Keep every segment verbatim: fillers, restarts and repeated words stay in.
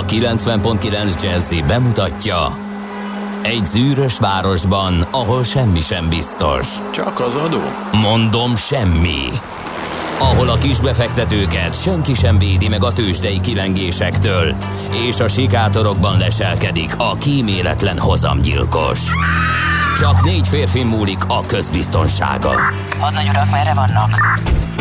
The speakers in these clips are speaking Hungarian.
A kilencven pont kilenc Jazzy bemutatja: egy zűrös városban, ahol semmi sem biztos. Csak az adó? Mondom, semmi. Ahol a kisbefektetőket senki sem védi meg a tőzsdei kilengésektől, és a sikátorokban leselkedik a kíméletlen hozamgyilkos. Csak négy férfi múlik a közbiztonsága. Hadnagy urak, merre vannak?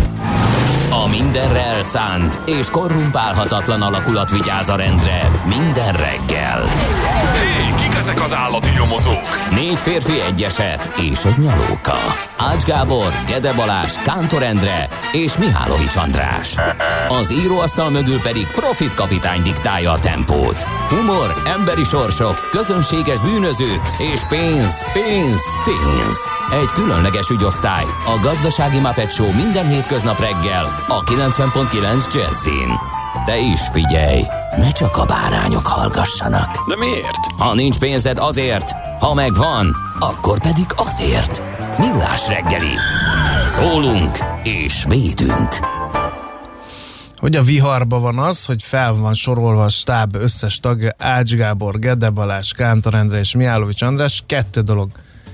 A mindenre elszánt és korrumpálhatatlan alakulat vigyáz a rendre minden reggel. Hé, kik ezek az állati nyomozók? Négy férfi, egy eset és egy nyalóka. Ács Gábor, Gede Balázs, Kántor Endre és Mihálovics András. Az íróasztal mögül pedig Profit kapitány diktálja a tempót. Humor, emberi sorsok, közönséges bűnözők és pénz, pénz, pénz. Egy különleges ügyosztály, a Gazdasági Muppet Show minden hétköznap reggel a kilencven pont kilenc Jazzyn. De is figyelj, ne csak a bárányok hallgassanak. De miért? Ha nincs pénzed, azért, ha megvan, akkor pedig azért. Millás reggeli. Szólunk és védünk. Hogy a viharba van az, hogy fel van sorolva a stáb összes tagja, Ács Gábor, Gede Balázs, Kántor Endre és Mihálovics András. Kettő dolog.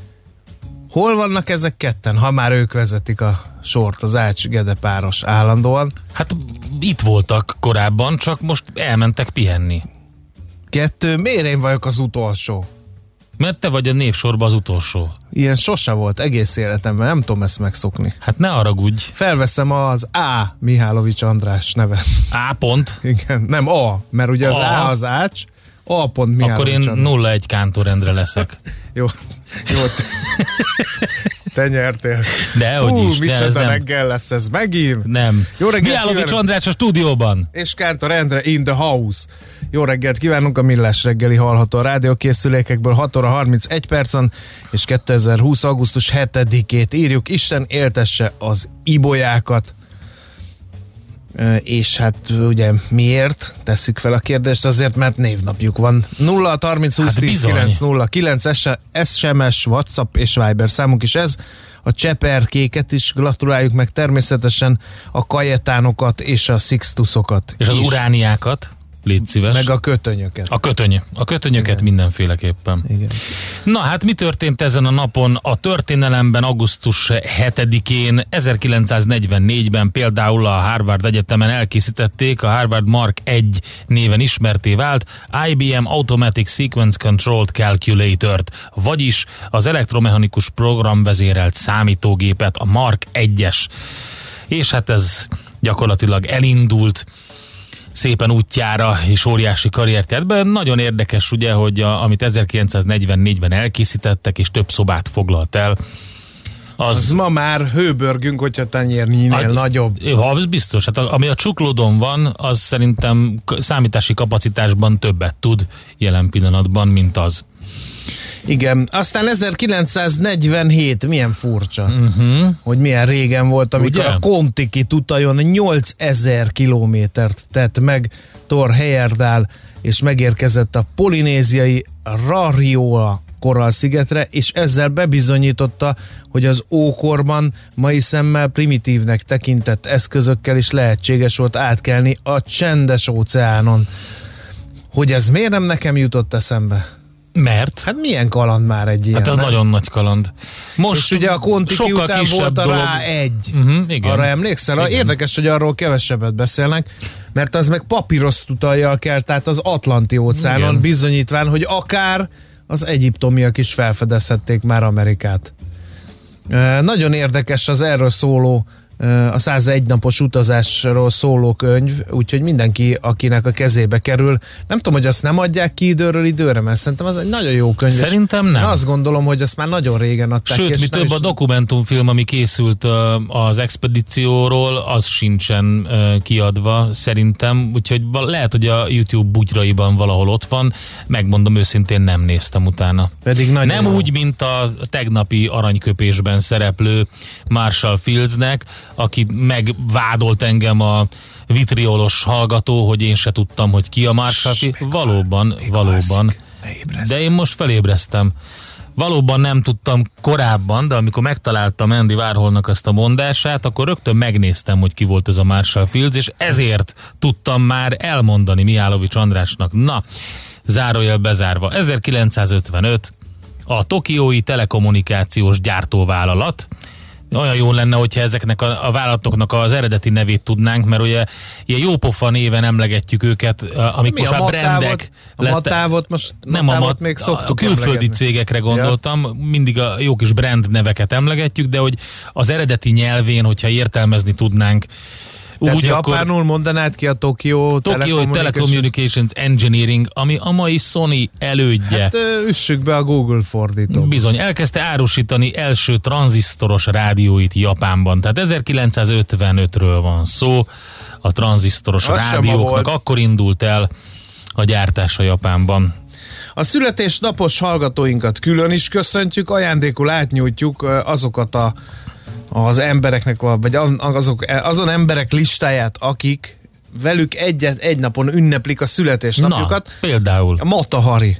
Hol vannak ezek ketten, ha már ők vezetik a sort, az Ács-Gede páros állandóan? Hát itt voltak korábban, csak most elmentek pihenni. Kettő, miért én vagyok az utolsó? Mert te vagy a névsorban az utolsó. Ilyen sose volt egész életemben, nem tudom ezt megszokni. Hát ne haragudj. Felveszem az A. Mihálovics András nevet. A pont? Igen, nem A, mert ugye az A, A az Ács, A pont Mihálovics Akkor én András. nulla egy Kántor Endre leszek. Jó, jó. Te nyertél. Dehogy Hú, is. De ez micsoda nem. reggel lesz ez megint. Nem. Jó reggelt Mihálovics kívánok. András a stúdióban. És Kántor Endre in the house. Jó reggelt kívánunk, a Millás reggeli hallható a rádiókészülékekből hat óra harmincegy percen, és kétezer-húsz. augusztus hetedikét írjuk. Isten éltesse az ibolyákat. És hát ugye miért tesszük fel a kérdést? Azért, mert névnapjuk van. nulla harminc húsz Hát tíz kilenc nulla kilenc es em es, WhatsApp és Viber számunk is ez. A cseperkéket is gratuláljuk meg, természetesen a kajetánokat és a sixtusokat. És az is. urániákat. Légy szíves. Meg a kötönyöket. A kötöny. A kötönyöket igen. Mindenféleképpen. Igen. Na hát mi történt ezen a napon a történelemben? Augusztus hetedikén ezerkilencszáznegyvennégyben például a Harvard Egyetemen elkészítették, a Harvard Mark egy néven ismerté vált I B M Automatic Sequence Controlled Calculator-t, vagyis az elektromechanikus programvezérelt számítógépet, a Mark egyes. És hát ez gyakorlatilag elindult szépen útjára, és óriási karriert járt be. Nagyon érdekes ugye, hogy a, amit ezerkilencszáznegyvennégyben elkészítettek, és több szobát foglalt el. Az, az ma már hőbörgünk, hogyha tenyérnyinél a, nagyobb. Az biztos. Hát ami a csuklódon van, az szerintem számítási kapacitásban többet tud jelen pillanatban, mint az. Igen, aztán ezerkilencszáznegyvenhét, milyen furcsa, uh-huh. hogy milyen régen volt, amikor ugye? A Kontiki tutajon nyolcezer kilométert tett meg Thor Heyerdahl, és megérkezett a polinéziai Rarioa korallszigetre, és ezzel bebizonyította, hogy az ókorban mai szemmel primitívnek tekintett eszközökkel is lehetséges volt átkelni a csendes óceánon. Hogy ez miért nem nekem jutott eszembe? Mert? Hát milyen kaland már egy ilyen? Hát ez nem? Nagyon nagy kaland. Most és ugye a Kontiki után volt a dolog. Rá egy. Uh-huh, igen. Arra emlékszel? Igen. Érdekes, hogy arról kevesebbet beszélnek, mert az meg papírosztutaljal kell, tehát az Atlanti óceánon, igen. Bizonyítván, hogy akár az egyiptomiak is felfedezhették már Amerikát. E, nagyon érdekes az erről szóló, a százegy napos utazásról szóló könyv, úgyhogy mindenki, akinek a kezébe kerül, nem tudom, hogy azt nem adják ki időről időre, mert szerintem az egy nagyon jó könyv. Szerintem nem. Azt gondolom, hogy azt már nagyon régen adták. Sőt, mi több is... a dokumentumfilm, ami készült az expedícióról, az sincsen kiadva szerintem, úgyhogy lehet, hogy a YouTube bugyraiban valahol ott van, megmondom őszintén, nem néztem utána. Pedig nem jó. úgy, mint a tegnapi aranyköpésben szereplő Marshall Fieldsnek, aki megvádolt engem a vitriolos hallgató, hogy én se tudtam, hogy ki a Marshall Fields. Valóban, valóban. De én most felébreztem. valóban nem tudtam korábban, de amikor megtaláltam Andy Warholnak ezt a mondását, akkor rögtön megnéztem, hogy ki volt ez a Marshall Fields, és ezért tudtam már elmondani Mihálovics Andrásnak. Na, zárójel bezárva. ezerkilencszázötvenöt a tokiói telekommunikációs gyártóvállalat. Olyan jó lenne, hogyha ezeknek a, a vállalatoknak az eredeti nevét tudnánk, mert ugye ilyen jópofa néven emlegetjük őket, amik Mi most a már brandek. A Matávot most nem a mat, még szoktuk a külföldi emlegetni. Cégekre gondoltam, ja. Mindig a jó kis brand neveket emlegetjük, de hogy az eredeti nyelvén, hogyha értelmezni tudnánk, tehát úgy japánul akkor, mondanád ki a Tokyo Telecommunications, Telecommunications Engineering, ami a mai Sony elődje. Hát üssük be a Google fordítóba. Bizony, elkezdte árusítani első tranzisztoros rádióit Japánban. Tehát ezerkilencszázötvenötről van szó, a tranzisztoros az rádióknak akkor indult el a gyártása Japánban. A születésnapos hallgatóinkat külön is köszöntjük, ajándékul átnyújtjuk azokat a az embereknek, vagy azok, azon emberek listáját, akik velük egyet, egy napon ünneplik a születésnapjukat. Na, például. Mata Hari,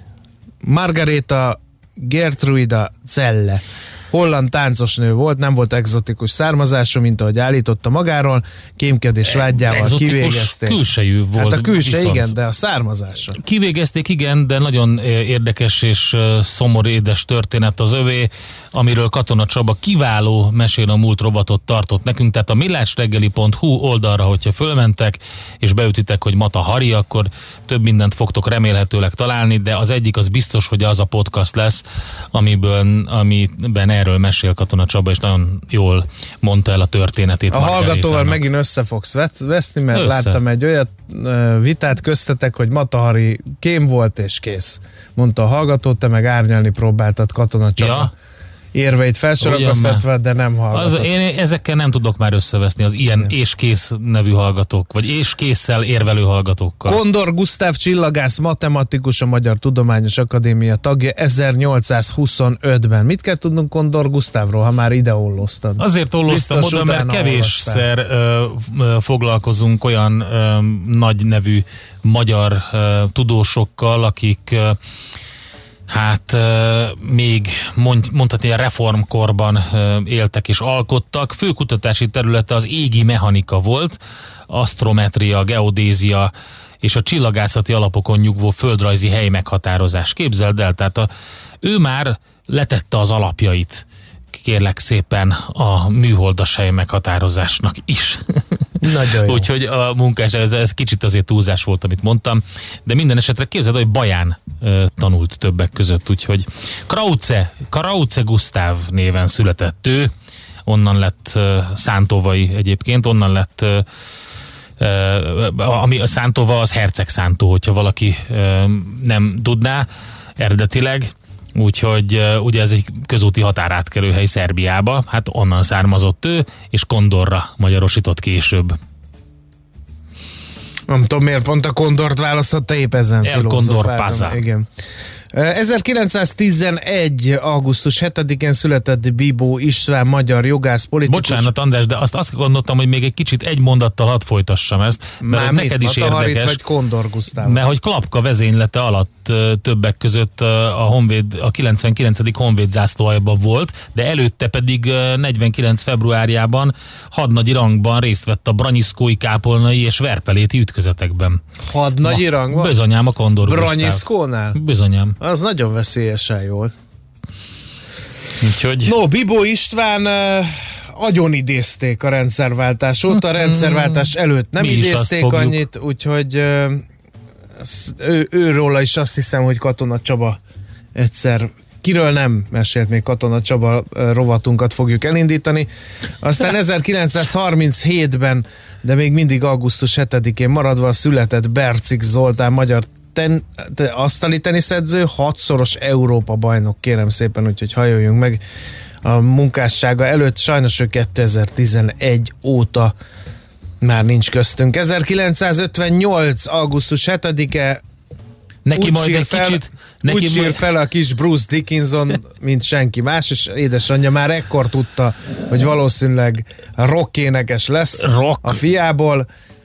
Margareta Gertruida Zelle. Holland táncosnő volt, nem volt egzotikus származású, mint ahogy állította magáról, kémkedés vágyával kivégezték. Külsejű volt. Hát a külsej viszont. Igen, de a származása. Kivégezték, igen, de nagyon érdekes és szomorú édes történet az övé, amiről Katona Csaba kiváló Mesél a múlt rovatot tartott nekünk, tehát a millásreggeli pont hu oldalra, hogyha fölmentek, és beütitek, hogy Mata Hari, akkor több mindent fogtok remélhetőleg találni, de az egyik az biztos, hogy az a podcast lesz, amiből, amiben erről mesél Katona Csaba, és nagyon jól mondta el a történetét. A hallgatóval megint össze fogsz veszni, mert össze. Láttam egy olyat vitát köztetek, hogy Mata Hari kém volt, és kész. Mondta a hallgató, te meg árnyalni próbáltad Katona Csaba. Ja. Érveit felsorakoztatva, de nem hallgatott. Az, én ezekkel nem tudok már összeveszni az ilyen igen. és kész nevű hallgatók, vagy és késszel érvelő hallgatókkal. Kondor Gusztáv csillagász, matematikus, a Magyar Tudományos Akadémia tagja ezernyolcszázhuszonötben. Mit kell tudnunk Kondor Gusztávról, ha már ide olloztad? Azért olloztam oda, mert kevésszer ö, ö, foglalkozunk olyan ö, nagy nevű magyar ö, tudósokkal, akik ö, hát még mond, mondhatni a reformkorban éltek és alkottak. Főkutatási területe az égi mechanika volt, asztrometria, geodézia és a csillagászati alapokon nyugvó földrajzi hely meghatározás. Képzeld el, tehát a, ő már letette az alapjait, kérlek szépen, a műholdas hely meghatározásnak is. Nagyon jó. Úgyhogy a munkás, ez, ez kicsit azért túlzás volt, amit mondtam, de minden esetre képzeld, hogy Baján uh, tanult többek között, úgyhogy Krauze, Krauze Gusztáv néven született ő, onnan lett uh, szántóvai egyébként, onnan lett uh, uh, ami a Szántova az Herceg Szántó, hogyha valaki uh, nem tudná eredetileg. Úgyhogy uh, ugye ez egy közúti határátkelőhely Szerbiába, hát onnan származott ő, és Kondorra magyarosított később. Nem tudom, miért pont a Kondort választotta, épp ezen El Kondor Paza. Igen. ezerkilencszáztizenegy. augusztus hetedikén született Bibó István, magyar jogász, politikus. Bocsánat, András, de azt, azt gondoltam, hogy még egy kicsit egy mondattal hadd folytassam ezt, mert Már neked mit? is érdekes. Vagy Kondor Gusztáv. Mert hogy Klapka vezénylete alatt többek között a Honvéd, a kilencvenkilencedik Honvéd zászlóaljban volt, de előtte pedig negyvenkilenc februárjában hadnagyi rangban részt vett a branyiszkói, kápolnai és verpeléti ütközetekben. Hadnagyi rangban? Bizonyám a Kondor Gusztáv. Branyiszkónál? Bizonyám. Az nagyon veszélyesen jól. Úgyhogy... No, Bibó István uh, agyon idézték a rendszerváltás óta, a rendszerváltás előtt nem Mi idézték annyit, úgyhogy uh, ő, őróla is azt hiszem, hogy Katona Csaba egyszer, kiről nem mesélt még Katona Csaba uh, rovatunkat fogjuk elindítani. Aztán ezerkilencszázharminchétben, de még mindig augusztus hetedikén maradva született Bercik Zoltán, magyar Ten, te, asztali teniszedző, hatszoros Európa bajnok, kérem szépen, úgyhogy hajoljunk meg a munkássága előtt. Sajnos ő kétezer-tizenegy óta már nincs köztünk. ezerkilencszázötvennyolc. augusztus hetedike neki úgy majd egy fel, kicsit neki úgy sír majd... fel a kis Bruce Dickinson, mint senki más, és édesanyja már ekkor tudta, hogy valószínűleg rock énekes lesz rock. a fiából.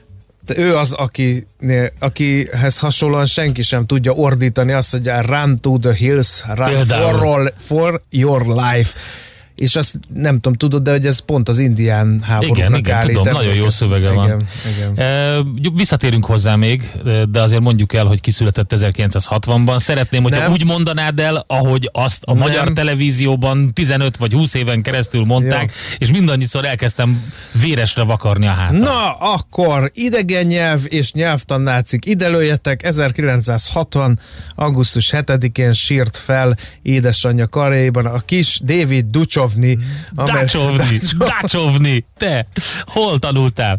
ő az, aki, akihez hasonlóan senki sem tudja ordítani azt, hogy run to the hills, run for, all, for your life. És azt nem tudom, tudod, de hogy ez pont az indián háborúknak igen, igen, állít. tudom, nagyon jó szövege van. Igen, igen. E, visszatérünk hozzá még, de azért mondjuk el, hogy kiszületett ezerkilencszázhatvanban. Szeretném, hogyha nem. úgy mondanád el, ahogy azt a nem. magyar televízióban tizenöt vagy húsz éven keresztül mondták, jó. és mindannyiszor elkezdtem véresre vakarni a hátam. Na, akkor idegen nyelv és nyelvtannácik, ide lőjetek. ezerkilencszázhatvan. augusztus hetedikén sírt fel édesanyja karjaiban a kis David Duchovny. Dacsovni, Dacsovni, te, hol tanultál?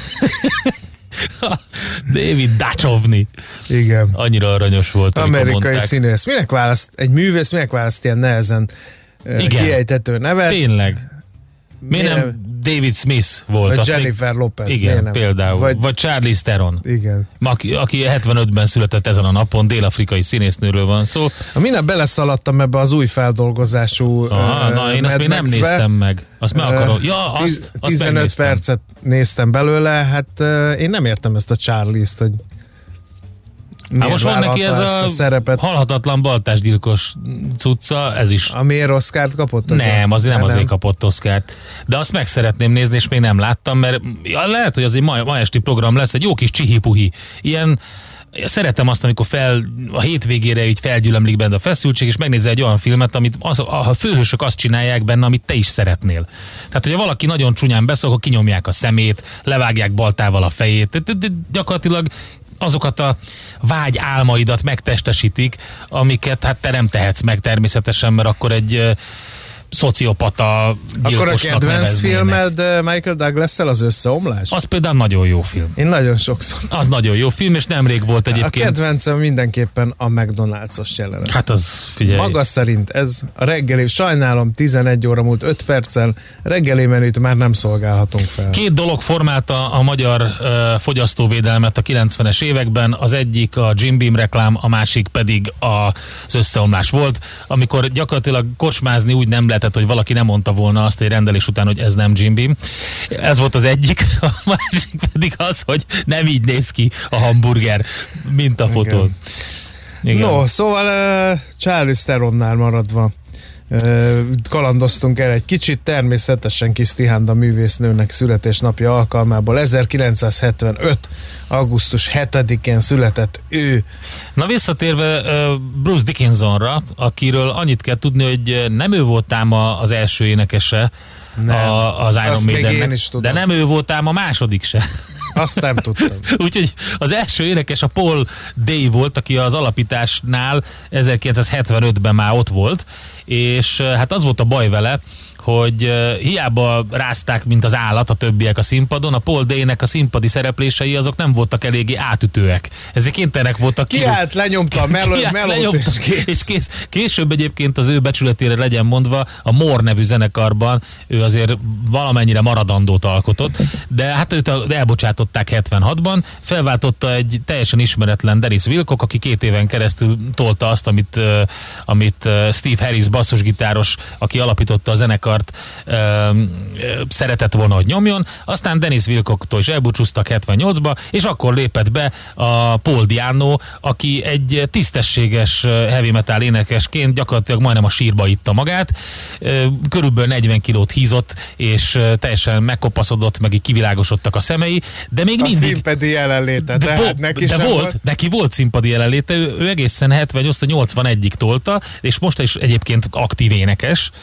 David Dacsovni. Igen. Annyira aranyos volt, amerikai színész. Minek választ, egy művész, minek választ ilyen nehezen uh, kiejtető nevet? Tényleg. Miért nem, nem David Smith volt? Vagy Jennifer még... Lopez. Igen, például. Vagy, vagy Charlize Theron. Igen. Aki, aki hetvenötben született ezen a napon, dél-afrikai színésznőről van szó. A minap beleszaladtam ebbe az új feldolgozású ah, uh, na, én azt még nem néztem meg. Azt meg akarom. Ja, azt, azt tizenöt megnéztem. Percet néztem belőle, hát uh, én nem értem ezt a Charlize-t, hogy hát most van neki ez a, a halhatatlan baltásgyilkos cucca, ez is. Amiért Oscárt kapott? Az nem, azért nem nem. azért kapott Oscárt. De azt meg szeretném nézni, és még nem láttam, mert ja, lehet, hogy az egy ma, ma esti program lesz, egy jó kis csihipuhi. Ilyen, szeretem azt, amikor fel, a hétvégére így felgyülemlik benne a feszültség, és megnézel egy olyan filmet, amit az, a főhősök azt csinálják benne, amit te is szeretnél. Tehát, hogyha valaki nagyon csúnyán beszól, akkor kinyomják a szemét, levágják baltával a fejét. De, de, de gyakorlatilag azokat a vágy álmaidat megtestesítik, amiket hát te nem tehetsz meg természetesen, mert akkor egy uh, szociopata gyilkosnak akkor a kedvenc filmed Michael Douglas-szel az Összeomlás? Az például nagyon jó film. Én nagyon sokszor. Az nagyon jó film, és nemrég volt egyébként. A kedvencem mindenképpen a McDonald's-os jelenet. Hát az, figyelj. Maga szerint ez a reggeli, sajnálom, tizenegy óra múlt öt perccel, reggeli menüt már nem szolgálhatunk fel. Két dolog formálta a magyar uh, fogyasztóvédelmet a kilencvenes években, az egyik a Jim Beam reklám, a másik pedig az Összeomlás volt, amikor gyakorlatilag kocsmázni úgy nem lehetett, hogy valaki nem mondta volna azt egy rendelés után, hogy ez nem Jim Beam. Ez volt az egyik, a másik pedig az, hogy nem így néz ki a hamburger, mint a fotón. Igen. No, szóval uh, Charlize Theronnál maradva uh, kalandoztunk el egy kicsit, természetesen Kis Tihanda művésznőnek születésnapja alkalmából ezerkilencszázhetvenöt. augusztus hetedikén született ő. Na visszatérve uh, Bruce Dickinsonra, akiről annyit kell tudni, hogy nem ő volt ám az első énekese a, az Iron Maidennek, de nem ő volt ám a második se. Azt nem tudtam. Úgyhogy az első énekes a Paul Day volt, aki az alapításnál ezerkilencszázhetvenötben már ott volt, és hát az volt a baj vele, hogy uh, hiába rázták, mint az állat a többiek a színpadon, a Paul Day-nek a színpadi szereplései azok nem voltak eléggé átütőek. Ezek kénytelenek voltak ki. Kiállt, lenyomta a meló, melót, és kész. És kész. Később egyébként az ő becsületére legyen mondva, a More nevű zenekarban ő azért valamennyire maradandót alkotott, de hát őt elbocsátották hetvenhatban, felváltotta egy teljesen ismeretlen Dennis Wilcock, aki két éven keresztül tolta azt, amit, uh, amit uh, Steve Harris basszusgitáros, aki alapította a zenekart, Ö, ö, szeretett volna, hogy nyomjon, aztán Dennis Wilcocktól is elbúcsúztak hetvennyolcba, és akkor lépett be a Paul Di'Anno, aki egy tisztességes heavy metal énekesként gyakorlatilag majdnem a sírba itta magát, ö, körülbelül negyven kilót hízott, és teljesen megkopaszodott, meg így kivilágosodtak a szemei, de még a mindig... A színpadi jelenléte, de, de, hát neki de sem volt, volt. neki volt színpadi jelenléte, ő, ő egészen hetvennyolc-nyolcvanegyig tolta, és most is egyébként aktív énekes,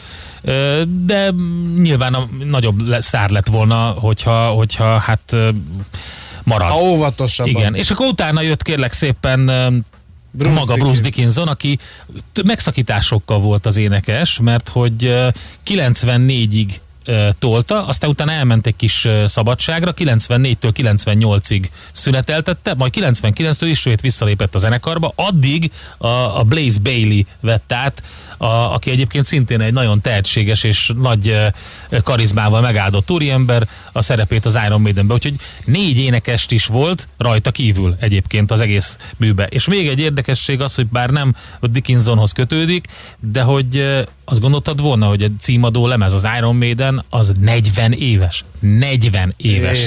de nyilván a nagyobb sztár lett volna, hogyha, hogyha hát marad. A óvatosabban. Igen, és akkor utána jött kérlek szépen Bruce maga Bruce Dickinson. Dickinson, aki megszakításokkal volt az énekes, mert hogy kilencvennégyig tolta, aztán utána elment egy kis szabadságra, kilencvennégytől kilencvennyolcig szüneteltette, majd kilencvenkilenctől ismét visszalépett a zenekarba, addig a, a Blaze Bayley vett át, a, aki egyébként szintén egy nagyon tehetséges és nagy karizmával megáldott úriember, a szerepét az Iron Maidenben, úgyhogy négy énekest is volt rajta kívül egyébként az egész műbe. És még egy érdekesség az, hogy bár nem a Dickinsonhoz kötődik, de hogy azt gondoltad volna, hogy egy címadó lemez az Iron Maiden Isten, az negyven éves. negyven éves.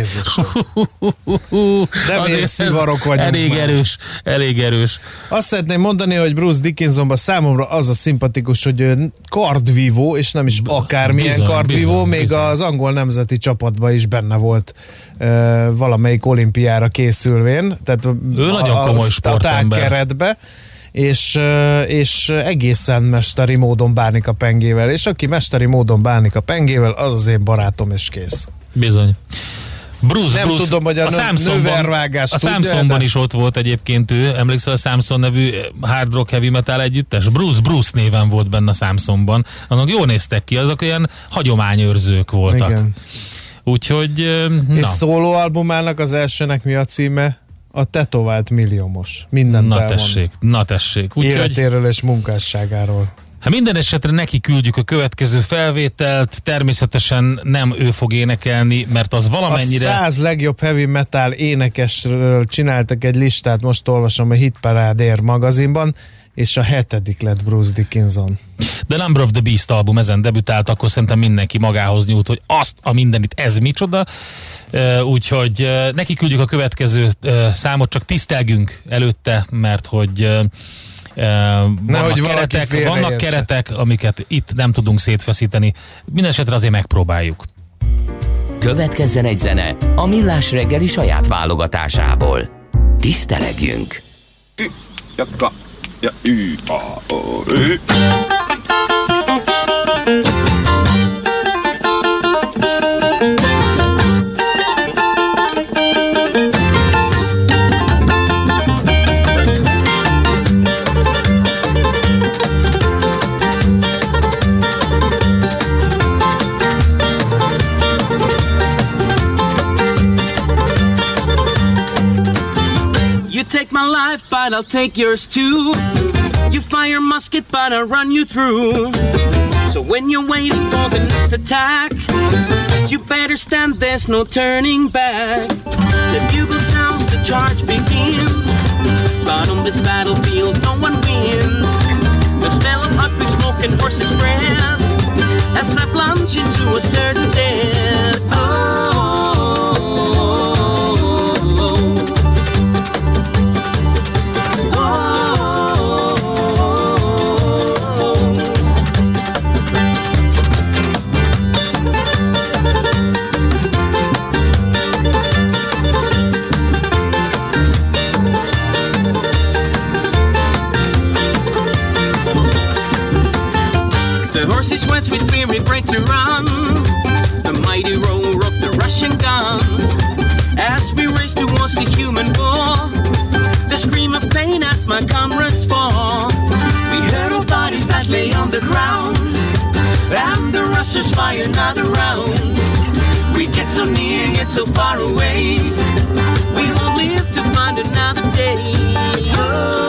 De miért szivarok vagyunk elég már. erős, elég erős. Azt szeretném mondani, hogy Bruce Dickinsonban számomra az a szimpatikus, hogy ő kardvívó, és nem is akármilyen bizony, kardvívó, bizony, még bizony. az angol nemzeti csapatban is benne volt uh, valamelyik olimpiára készülvén. Tehát ő a, nagyon komoly sportember. A keretbe. És, és egészen mesteri módon bánik a pengével, és aki mesteri módon bánik a pengével, az az én barátom, és kész. Bizony. Bruce, Nem Bruce, tudom, hogy a, a nővervágás A Samsonban is ott volt egyébként ő, emlékszel a Samson nevű hard rock heavy metal együttes? Bruce, Bruce néven volt benne a Samsonban. Annak jól néztek ki, azok olyan hagyományőrzők voltak. Igen. Úgyhogy, na. És szólóalbumának az elsőnek mi a címe? A tetovált milliómos. Mindent Na elmond. tessék, na tessék. Úgy, életéről és munkásságáról. Hát minden esetre neki küldjük a következő felvételt, természetesen nem ő fog énekelni, mert az valamennyire... A száz legjobb heavy metal énekesről csináltak egy listát, most olvasom a Hitparád magazinban, és a hetedik lett Bruce Dickinson. The Number of the Beast album ezen debütált, akkor szerintem mindenki magához nyújt, hogy azt a mindenit, ez micsoda. Uh, úgyhogy uh, neki küldjük a következő uh, számot, csak tisztelgünk előtte, mert hogy uh, uh, vannak, keretek, vannak keretek, amiket itt nem tudunk szétfeszíteni. Mindenesetre azért megpróbáljuk. Következzen egy zene a Millás reggeli saját válogatásából. Tisztelegjünk! Ja, ü, a, o, ö. You take my life, but I'll take yours too. You fire musket, but I'll run you through. So when you're waiting for the next attack, you better stand, there's no turning back. The bugle sounds, the charge begins. But on this battlefield, no one wins. The smell of hot big smoke and horses' breath as I plunge into a certain death. Oh. He sweats with fear, we break to run. The mighty roar of the Russian guns as we race towards the human wall. The scream of pain as my comrades fall. We heard of bodies that lay on the ground, and the Russians fire another round. We get so near yet so far away. We will live to find another day. Oh.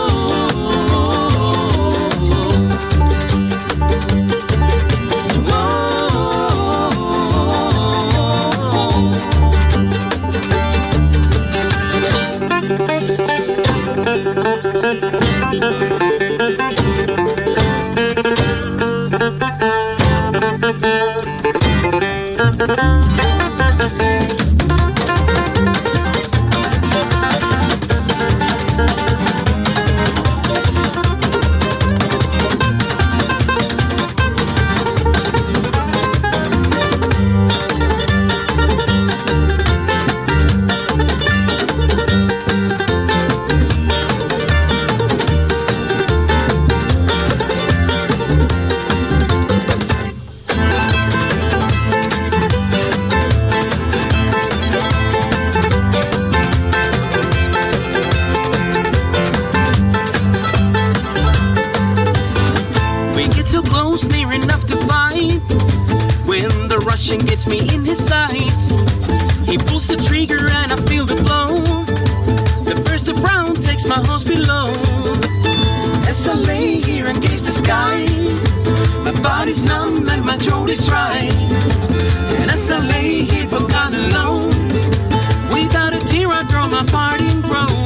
Gets me in his sights. He pulls the trigger and I feel the blow. The burst of brown takes my horse below. As I lay here and gaze the sky, my body's numb and my throat is dry. And as I lay here forgotten alone, without a tear I draw my parting groan.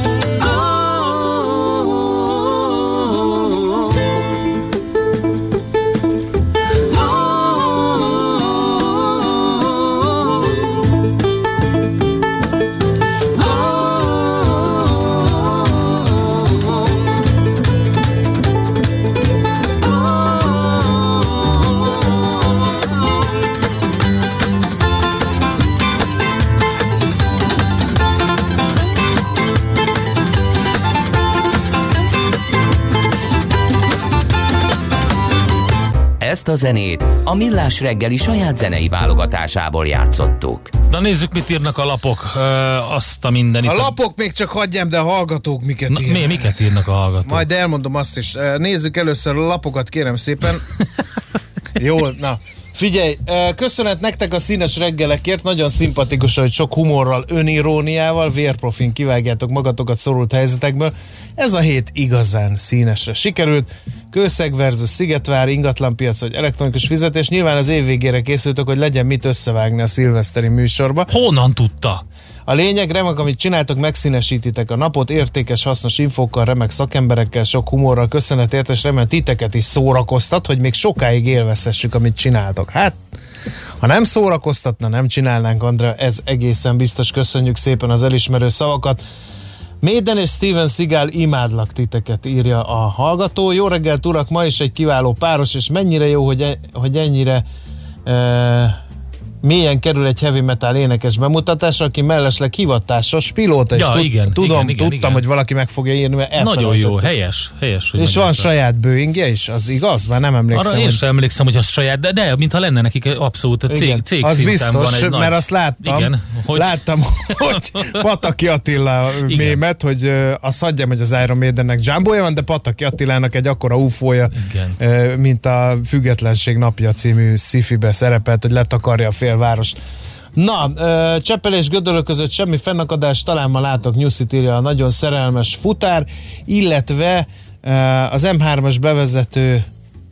Ezt a zenét a Millás reggeli saját zenei válogatásából játszottuk. Na nézzük, mit írnak a lapok. Ö, azt a mindenit. A lapok még csak hagyjam, de a hallgatók miket Na, írnak. Mi, miket írnak a hallgatók? Majd elmondom azt is. Nézzük először a lapokat, kérem szépen. Jó, na. Figyelj, köszönet nektek a színes reggelekért, nagyon szimpatikus, hogy sok humorral, öniróniával, vérprofin kivágjátok magatokat szorult helyzetekből. Ez a hét igazán színesre sikerült. Kőszeg versus Szigetvár, ingatlanpiac vagy elektronikus fizetés. Nyilván az év végére készültök, hogy legyen mit összevágni a szilveszteri műsorba. Honnan tudta? A lényeg, remek, amit csináltok, megszínesítitek a napot, értékes, hasznos infókkal, remek szakemberekkel, sok humorral, köszönetért, és remélem titeket is szórakoztat, hogy még sokáig élvezhessük, amit csináltok. Hát, ha nem szórakoztatna, nem csinálnánk, Andrea, ez egészen biztos. Köszönjük szépen az elismerő szavakat. Maiden és Steven Seagal, imádlak titeket, írja a hallgató. Jó reggelt, urak, ma is egy kiváló páros, és mennyire jó, hogy, e, hogy ennyire... E, mélyen kerül egy heavy metal énekes bemutatásra, aki mellesleg hivatásos pilóta, és ja, tud, igen, tudom, igen, igen, tudtam, igen. hogy valaki meg fogja írni, mert nagyon jó, helyes, helyes. Hogy és van fel. saját Boeingje is, az igaz? Már nem emlékszem. Arra én hogy... sem emlékszem, hogy az saját, de, de mintha lenne nekik abszolút a cég, igen, cég az szinten biztos, van egy mert nagy... azt láttam, igen, hogy... láttam, hogy Pataki Attila mémet, hogy uh, azt hagyjam, hogy az Iron Maidennek Jumboja van, de Pataki Attilának egy akkora ufója, uh, mint a Függetlenség napja című sci-fibe szerepelt, hogy letakarja a félvárost. Na, Cseppel és Gödöllő között semmi fennakadás, talán ma látok, Nyuszit írja, a nagyon szerelmes futár, illetve az em hármas bevezető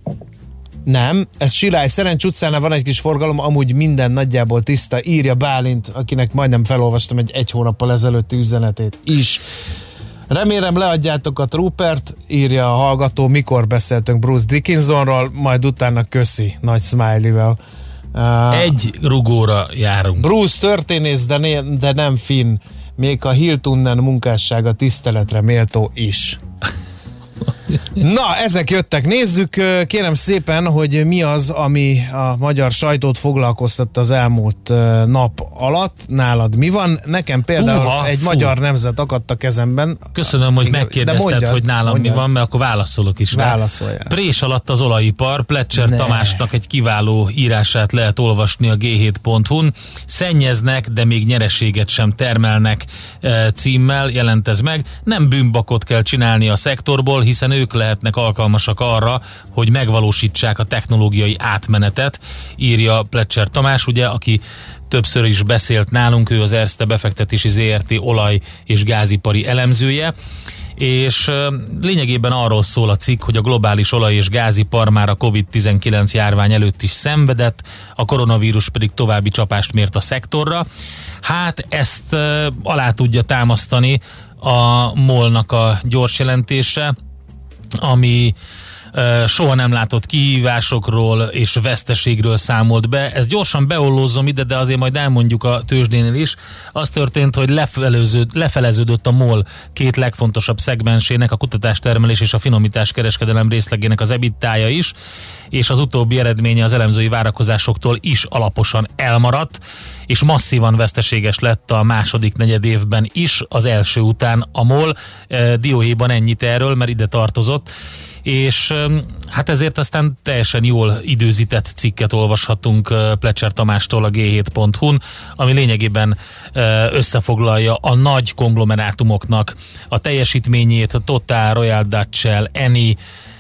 nem, ez Sirály, Szerencs utcánál van egy kis forgalom, amúgy minden nagyjából tiszta, írja Bálint, akinek majdnem felolvastam egy egy hónappal ezelőtti üzenetét is. Remélem leadjátok a Troopert, írja a hallgató, mikor beszéltünk Bruce Dickinsonról, majd utána köszi, nagy smiley-vel. Uh, Egy rugóra járunk. Bruce történész, de, né, de nem finn. Még a Hiltunnen munkássága tiszteletre méltó is. Na, ezek jöttek. Nézzük, kérem szépen, hogy mi az, ami a magyar sajtót foglalkoztatta az elmúlt nap alatt. Nálad mi van? Nekem például Uha, egy fú. magyar nemzet akadt a kezemben. Köszönöm, hogy megkérdezted, mondjad, hogy nálam mondjad. mi van, mert akkor válaszolok is. Válaszoljál. Prés alatt az olajipar, Pletcher ne. Tamásnak egy kiváló írását lehet olvasni a gé hét pont hu-n. Szennyeznek, de még nyereséget sem termelnek címmel jelent ez meg. Nem bűnbakot kell csinálni a szektorból, hiszen ők lehetnek alkalmasak arra, hogy megvalósítsák a technológiai átmenetet, írja Pletcher Tamás, ugye, aki többször is beszélt nálunk, ő az Erste befektetési zé er té olaj- és gázipari elemzője, és lényegében arról szól a cikk, hogy a globális olaj- és gázipar már a kovid tizenkilenc járvány előtt is szenvedett, a koronavírus pedig további csapást mért a szektorra. Hát ezt alá tudja támasztani a MOL-nak a gyors jelentése, ami uh, soha nem látott kihívásokról és veszteségről számolt be. Ezt gyorsan beollózom ide, de azért majd elmondjuk a tőzsdénél is. Az történt, hogy lefeleződ, lefeleződött a MOL két legfontosabb szegmensének, a kutatástermelés és a finomítás kereskedelem részlegének az ebitdája is, és az utóbbi eredménye az elemzői várakozásoktól is alaposan elmaradt, és masszívan veszteséges lett a második negyed évben is, az első után a MOL. E, dióhéjban ennyit erről, mert ide tartozott, és hát ezért aztán teljesen jól időzített cikket olvashatunk Pletcher Tamástól a gé hét pont hu-n, ami lényegében összefoglalja a nagy konglomerátumoknak a teljesítményét, a Total, Royal Dutch-el, Eni,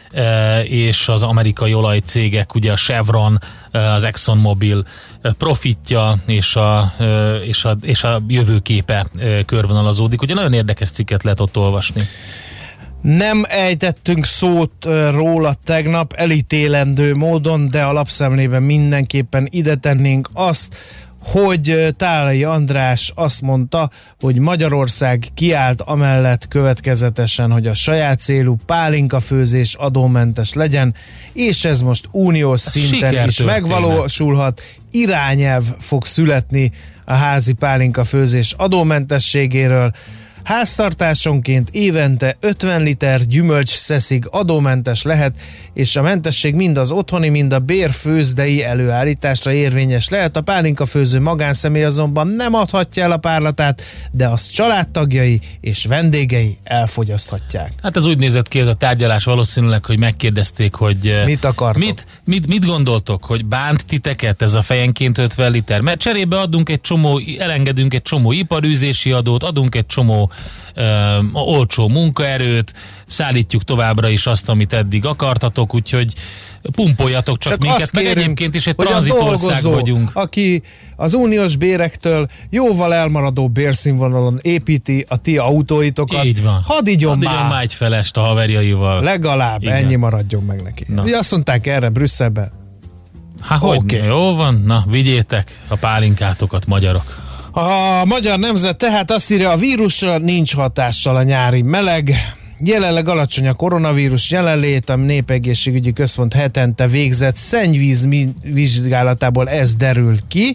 és az amerikai olajcégek, ugye a Chevron, az ExxonMobil profitja és a, és a, és a jövőképe körvonalazódik. Ugye nagyon érdekes cikket lehet ott olvasni. Nem ejtettünk szót róla tegnap elítélendő módon, de a lapszemlében mindenképpen ide tennénk azt, hogy Tálai András azt mondta, hogy Magyarország kiállt amellett következetesen, hogy a saját célú pálinkafőzés adómentes legyen, és ez most uniós szinten is megvalósulhat. Irányelv fog születni a házi pálinkafőzés adómentességéről. Háztartásonként évente ötven liter gyümölcsszeszig adómentes lehet, és a mentesség mind az otthoni, mind a bérfőzdei előállításra érvényes lehet. A pálinkafőző magánszemély azonban nem adhatja el a párlatát, de azt családtagjai és vendégei elfogyaszthatják. Hát ez úgy nézett ki ez a tárgyalás valószínűleg, hogy megkérdezték, hogy mit akartok? Mit, mit, mit gondoltok, hogy bánt titeket ez a fejenként ötven liter? Mert cserébe adunk egy csomó, elengedünk egy csomó iparűzési adót, adunk egy csomó ö, olcsó munkaerőt, szállítjuk továbbra is azt, amit eddig akartatok, úgyhogy pumpoljatok csak, csak minket, meg kérünk, egyébként is egy tranzitország vagyunk. Aki az uniós bérektől jóval elmaradó bérszínvonalon építi a ti autóitokat, így van. Hadd igyon már. Hadd már egy felest a haverjaival. Legalább igen. Ennyi maradjon meg neki. Na. Ugye azt mondták erre Brüsszelbe. Hát hogy okay. Jó van, na vigyétek a pálinkátokat, magyarok. A Magyar Nemzet tehát azt írja, a vírusra nincs hatással a nyári meleg. Jelenleg alacsony a koronavírus jelenlét, a Népegészségügyi Központ hetente végzett szennyvíz vizsgálatából ez derül ki.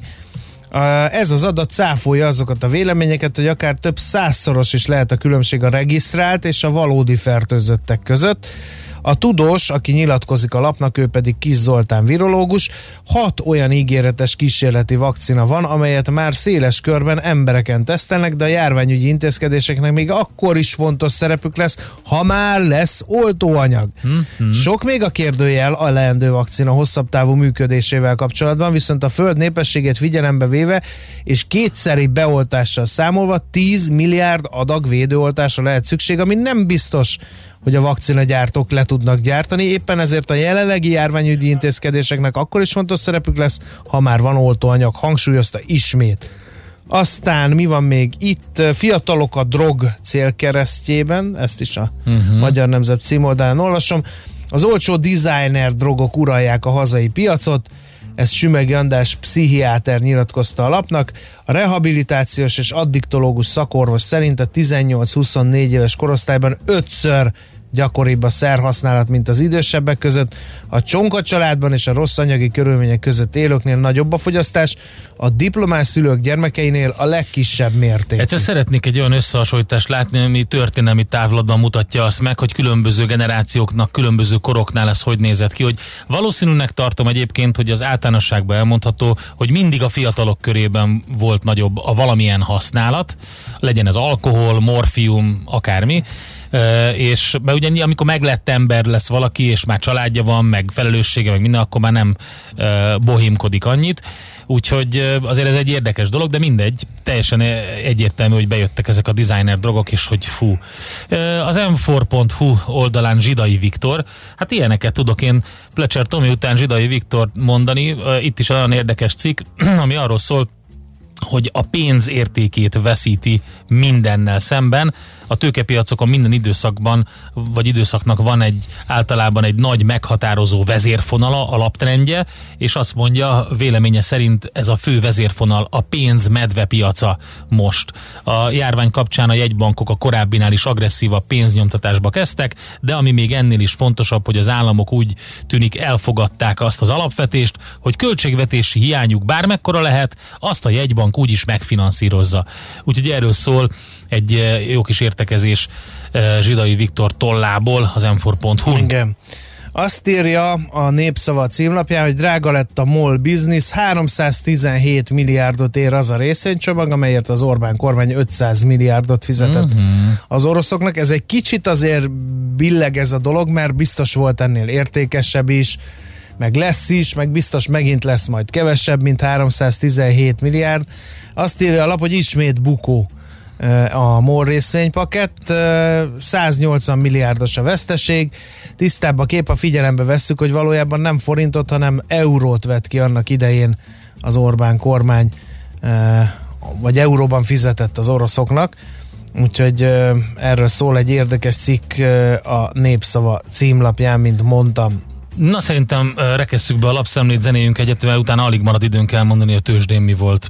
Ez az adat cáfolja azokat a véleményeket, hogy akár több százszoros is lehet a különbség a regisztrált és a valódi fertőzöttek között. A tudós, aki nyilatkozik a lapnak, ő pedig Kis Zoltán virológus, hat olyan ígéretes kísérleti vakcina van, amelyet már széles körben embereken tesztelnek, de a járványügyi intézkedéseknek még akkor is fontos szerepük lesz, ha már lesz oltóanyag. Mm-hmm. Sok még a kérdőjel a leendő vakcina hosszabb távú működésével kapcsolatban, viszont a föld népességét figyelembe véve és kétszeri beoltással számolva tíz milliárd adag védőoltásra lehet szükség, ami nem biztos, hogy a vakcinagyártók le tudnak gyártani, éppen ezért a jelenlegi járványügyi intézkedéseknek akkor is fontos szerepük lesz, ha már van oltóanyag, hangsúlyozta ismét. Aztán mi van még itt? Fiatalok a drog célkeresztjében, ezt is a uh-huh. Magyar Nemzet címoldalán olvasom. Az olcsó designer drogok uralják a hazai piacot, ezt Sümegi András pszichiáter nyilatkozta a lapnak. A rehabilitációs és addiktológus szakorvos szerint a tizennyolc-huszonnégy éves korosztályban ötször gyakoribb a szerhasználat, mint az idősebbek között. A csonka családban és a rossz anyagi körülmények között élőknél nagyobb a fogyasztás, a diplomás szülők gyermekeinél a legkisebb mérték. Egyszer szeretnék egy olyan összehasonlítást látni, ami történelmi távlatban mutatja azt meg, hogy különböző generációknak, különböző koroknál ez hogy nézett ki, hogy valószínűnek tartom egyébként, hogy az általánosságban elmondható, hogy mindig a fiatalok körében volt nagyobb a valamilyen használat, legyen ez alkohol, morfium, akármi, Uh, és mert ugye amikor meglett ember lesz valaki, és már családja van, meg felelőssége, meg minden, akkor már nem uh, bohémkodik annyit. Úgyhogy uh, azért ez egy érdekes dolog, de mindegy, teljesen egyértelmű, hogy bejöttek ezek a designer drogok, és hogy fú. Uh, az em négy pont hu oldalán Zsidai Viktor, hát ilyeneket tudok én Plecser Tomi után Zsidai Viktor mondani, uh, itt is olyan érdekes cikk, ami arról szól, hogy a pénz értékét veszíti mindennel szemben. A tőkepiacokon minden időszakban, vagy időszaknak van egy általában egy nagy meghatározó vezérfonala, alaptrendje, és azt mondja, véleménye szerint ez a fő vezérfonal a pénz medvepiaca most. A járvány kapcsán a jegybankok a korábbinál is agresszívabb pénznyomtatásba kezdtek, de ami még ennél is fontosabb, hogy az államok úgy tűnik elfogadták azt az alapvetést, hogy költségvetési hiányuk bármekkora lehet, azt a jegybank úgyis megfinanszírozza. Úgyhogy erről szól egy jó kis értekezés Zsidai Viktor tollából az em négy pont hu. Igen. Azt írja a Népszava címlapján, hogy drága lett a MOL Business, háromszáztizenhét milliárdot ér az a részvénycsomag, amelyért az Orbán kormány ötszáz milliárdot fizetett uh-huh. az oroszoknak. Ez egy kicsit azért billeg ez a dolog, mert biztos volt ennél értékesebb is, meg lesz is, meg biztos megint lesz majd kevesebb, mint háromszáztizenhét milliárd. Azt írja a lap, hogy ismét bukó a MOL részvénypakett, száznyolcvan milliárdos a veszteség. Tisztább a kép, a figyelembe vesszük, hogy valójában nem forintot, hanem eurót vett ki annak idején az Orbán kormány, vagy euróban fizetett az oroszoknak. Úgyhogy erről szól egy érdekes cikk a Népszava címlapján, mint mondtam. Na, szerintem rekesszük be a lapszemlét, zenéjünk egyet, mert utána alig marad időnk elmondani, a tőzsdén mi volt.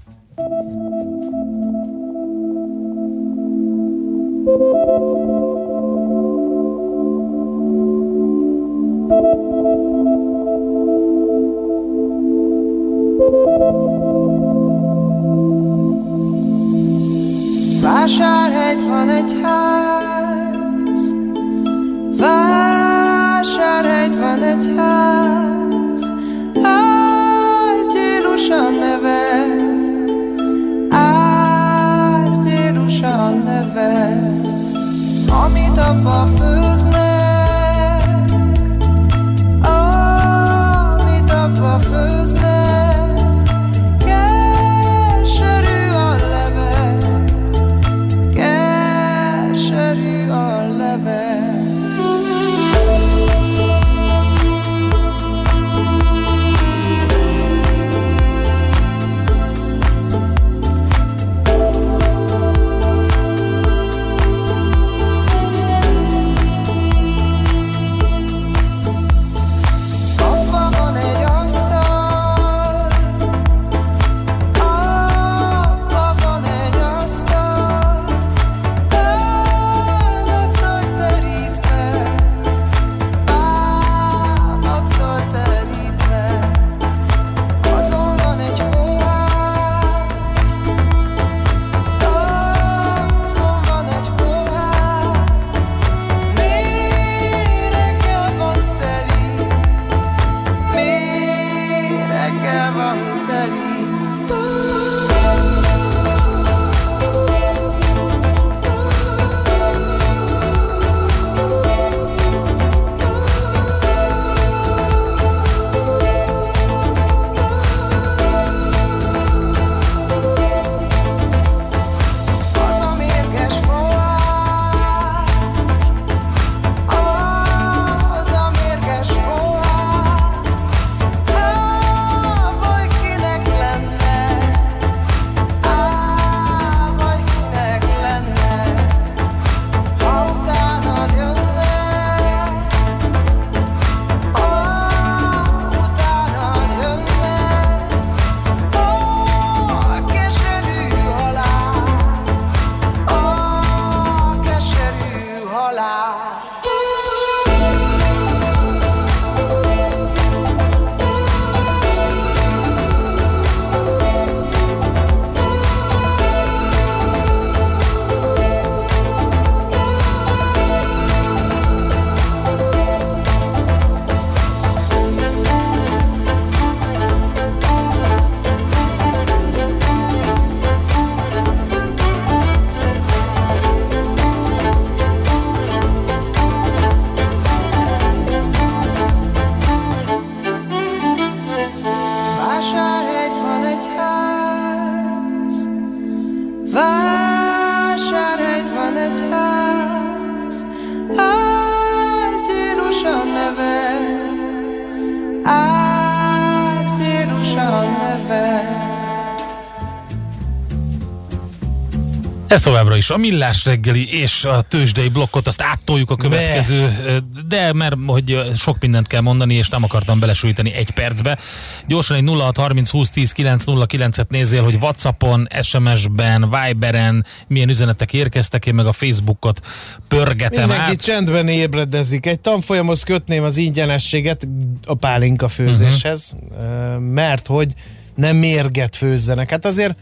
Bye. Vásárhelyt van egy ház, vásárhelyt van egy ház, Árgyélusa neve, Árgyélusa neve, amit abba főznek, amit abba főznek, keserű a leve, keserű a leve. Ez továbbra is a Millás reggeli és a tőzsdei blokkot, azt áttoljuk a következő, de mert hogy sok mindent kell mondani, és nem akartam belesújtani egy percbe. Gyorsan egy nulla hat harminc húsz tíz kilenc nulla kilencet nézzél, hogy WhatsAppon, es em es-ben, Viberen milyen üzenetek érkeztek, én meg a Facebookot pörgetem Mindenki át. csendben ébredezik. Egy tanfolyamhoz kötném az ingyenességet a pálinka főzéshez, uh-huh. mert hogy nem mérget főzzenek. Hát azért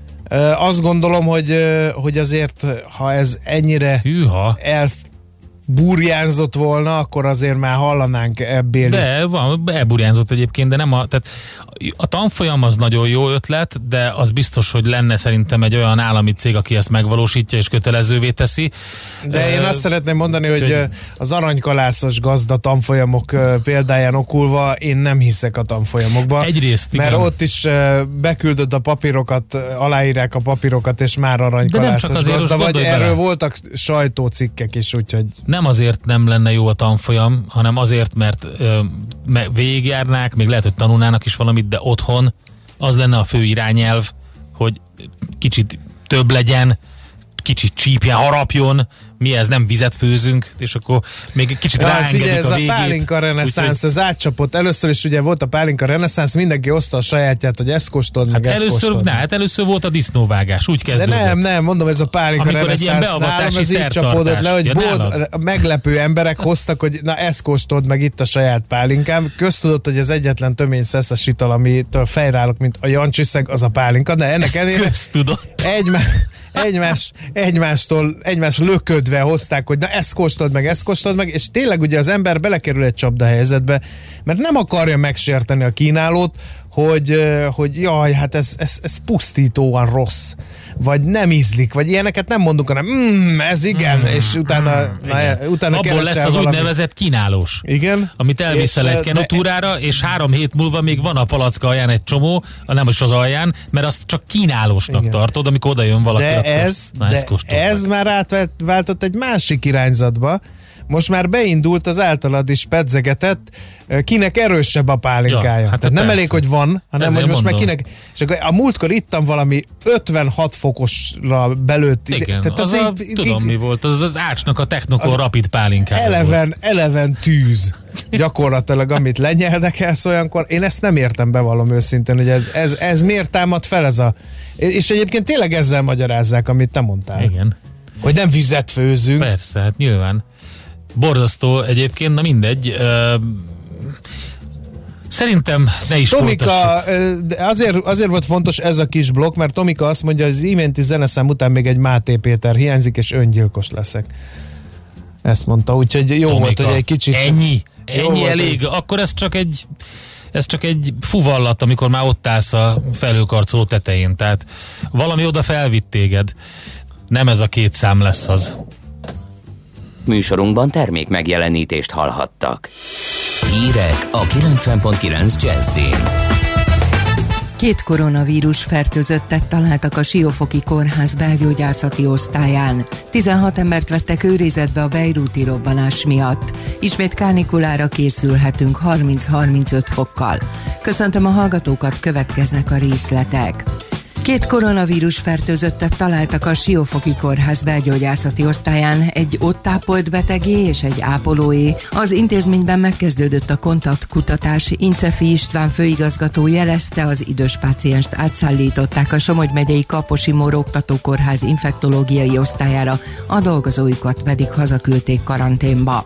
azt gondolom, hogy, hogy azért, ha ez ennyire Hűha. elburjánzott volna, akkor azért már hallanánk ebből. De van, elburjánzott egyébként, de nem a, tehát a tanfolyam az nagyon jó ötlet, de az biztos, hogy lenne szerintem egy olyan állami cég, aki ezt megvalósítja és kötelezővé teszi. De én azt szeretném mondani, hogy az aranykalászos gazda tanfolyamok példáján okulva én nem hiszek a tanfolyamokba. Egyrészt, igen. Mert ott is beküldöd a papírokat, aláírják a papírokat, és már aranykalászos gazda vagy. Erről bele. Voltak sajtócikkek is, úgyhogy... Nem azért nem lenne jó a tanfolyam, hanem azért, mert ö, végigjárnák, még lehet, hogy tanulnának is valamit, de otthon az lenne a fő irányelv, hogy kicsit több legyen, kicsit csípjen, harapjon, mi ez, nem vizet főzünk, és akkor még egy kicsit Ja, ráengedik figyelj, ez a a végét. pálinka reneszánsz, ez átcsapott. Először is ugye volt a pálinka reneszánsz, mindenki oszta a sajátját, hogy ezt kóstold, meg Hát ezt először, kóstold. ne, hát először volt a disznóvágás, úgy De kezdődött. nem, nem, mondom, ez a pálinka Amikor egy ilyen reneszánsz, nálam beavatási ez így szertartás. csapódott le, hogy Ja, bold, nálad? meglepő emberek hoztak, hogy na ezt kóstold meg, itt a saját pálinkám. Köztudott, hogy az egyetlen tömény szeszes ital, amitől fejrálok, mint a Jancsiszeg, az a pálinka, de ennek ellenére Köztudott. egymás, egymás, egymástól, egymás löködve hozták, hogy na ezt kóstold meg, ezt kóstold meg, és tényleg ugye az ember belekerül egy csapda helyzetbe, mert nem akarja megsérteni a kínálót, hogy, hogy jaj, hát ez, ez, ez pusztítóan rossz, vagy nem ízlik, vagy ilyeneket nem mondunk, hanem mm, ez igen, mm, és utána, mm, na, igen. utána abból lesz az valami... úgynevezett kínálós. Igen. Amit elviszel És, egy de- kenotúrára, és három hét múlva még van a palacka alján egy csomó, nem is az alján, mert azt csak kínálósnak Igen. tartod, amikor oda jön valaki. De akkor, ez, na, de ezt kóstold ez meg. már átváltott egy másik irányzatba. Most már beindult az általad is pedzegetett, kinek erősebb a pálinkája. Ja, hát Tehát nem persze. elég, hogy van, hanem Ezért hogy most mondom. már kinek... És akkor a múltkor ittam valami ötvenhat fokosra belőtt. Igen, Tehát az, az a, így, tudom mi volt, az az Ácsnak a Technokor Az Rapid pálinkája volt. eleven, eleven tűz gyakorlatilag, amit lenyeldekelsz olyankor. Én ezt nem értem, bevallom őszintén, hogy ez, ez, ez miért támad fel ez a... És egyébként tényleg ezzel magyarázzák, amit te mondtál. Igen. Hogy nem vizet főzünk. Persze, hát nyilván. Borzasztó egyébként, na mindegy. Ö, szerintem ne is Tomika, folytassuk. ö, de azért, azért volt fontos ez a kis blokk, mert Tomika azt mondja, hogy az iménti zeneszám után még egy Máté Péter hiányzik, és öngyilkos leszek. Ezt mondta, úgyhogy jó Tomika, volt, hogy egy kicsit... Ennyi, Jó ennyi volt, elég. Akkor ez csak egy ez csak egy fuvallat, amikor már ott állsz a felhőkarcoló tetején. Tehát valami oda felvitt téged. Nem ez a két szám lesz az. Műsorunkban termék megjelenítést hallhattak. Hírek a kilencven pont kilenc Jazzin. Két koronavírus fertőzöttet találtak a Siófoki Kórház belgyógyászati osztályán. tizenhat embert vettek őrizetbe a bejrúti robbanás miatt. Ismét kánikulára készülhetünk harminc-harmincöt fokkal. Köszöntöm a hallgatókat, következnek a részletek. Két koronavírus fertőzöttet találtak a Siófoki Kórház belgyógyászati osztályán, egy ott ápolt betegé és egy ápolóé. Az intézményben megkezdődött a kontaktkutatás. Incefi István főigazgató jelezte, az idős pácienst átszállították a Somogy megyei Kaposi Mór Oktatókórház infektológiai osztályára, a dolgozóikat pedig hazaküldték karanténba.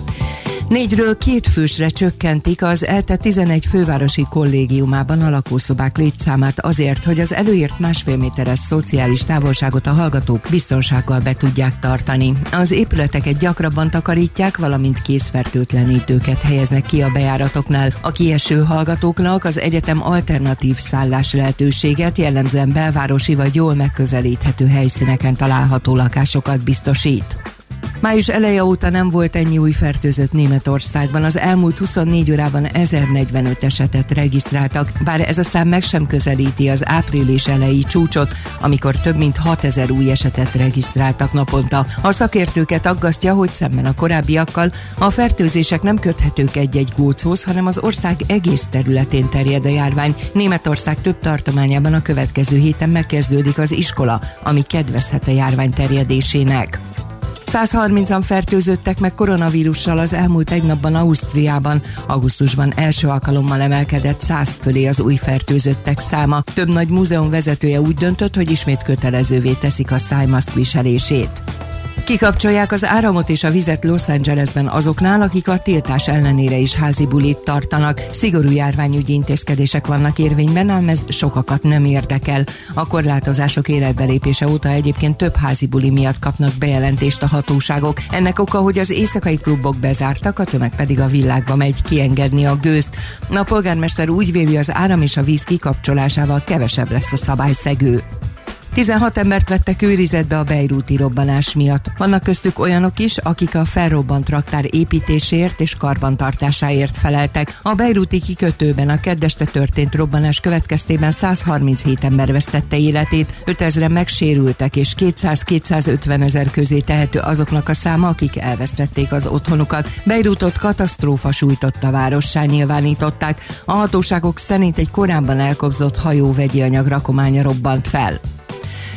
Négyről két fősre csökkentik az E L T E tizenegy fővárosi kollégiumában a lakószobák létszámát azért, hogy az előírt másfél méteres szociális távolságot a hallgatók biztonsággal be tudják tartani. Az épületeket gyakrabban takarítják, valamint készfertőtlenítőket helyeznek ki a bejáratoknál. A kieső hallgatóknak az egyetem alternatív szállás lehetőséget, jellemzően belvárosi vagy jól megközelíthető helyszíneken található lakásokat biztosít. Május eleje óta nem volt ennyi új fertőzött Németországban. Az elmúlt huszonnégy órában ezernegyvenöt esetet regisztráltak, bár ez a szám meg sem közelíti az április elejé csúcsot, amikor több mint hatezer új esetet regisztráltak naponta. A szakértőket aggasztja, hogy szemben a korábbiakkal a fertőzések nem köthetők egy-egy góchoz, hanem az ország egész területén terjed a járvány. Németország több tartományában a következő héten megkezdődik az iskola, ami kedvezhet a járvány terjedésének. száz harmincan fertőzöttek meg koronavírussal az elmúlt egy napban Ausztriában. Augusztusban első alkalommal emelkedett száz fölé az új fertőzöttek száma. Több nagy múzeum vezetője úgy döntött, hogy ismét kötelezővé teszik a szájmaszk viselését. Kikapcsolják az áramot és a vizet Los Angelesben azoknál, akik a tiltás ellenére is házi bulit tartanak. Szigorú járványügyi intézkedések vannak érvényben, ám ez sokakat nem érdekel. A korlátozások életbelépése óta egyébként több házi buli miatt kapnak bejelentést a hatóságok. Ennek oka, hogy az éjszakai klubok bezártak, a tömeg pedig a világba megy kiengedni a gőzt. A polgármester úgy véli, az áram és a víz kikapcsolásával kevesebb lesz a szabályszegő. tizenhat embert vettek őrizetbe a bejrúti robbanás miatt. Vannak köztük olyanok is, akik a felrobbant raktár építésért és karbantartásáért feleltek. A bejrúti kikötőben a kedd este történt robbanás következtében száz harminchét ember vesztette életét, ötezren megsérültek, és kétszáz-kétszázötven ezer közé tehető azoknak a száma, akik elvesztették az otthonukat. Bejrútot katasztrófa sújtotta várossá nyilvánították. A hatóságok szerint egy korábban elkobzott hajó vegyi anyag rakománya robbant fel.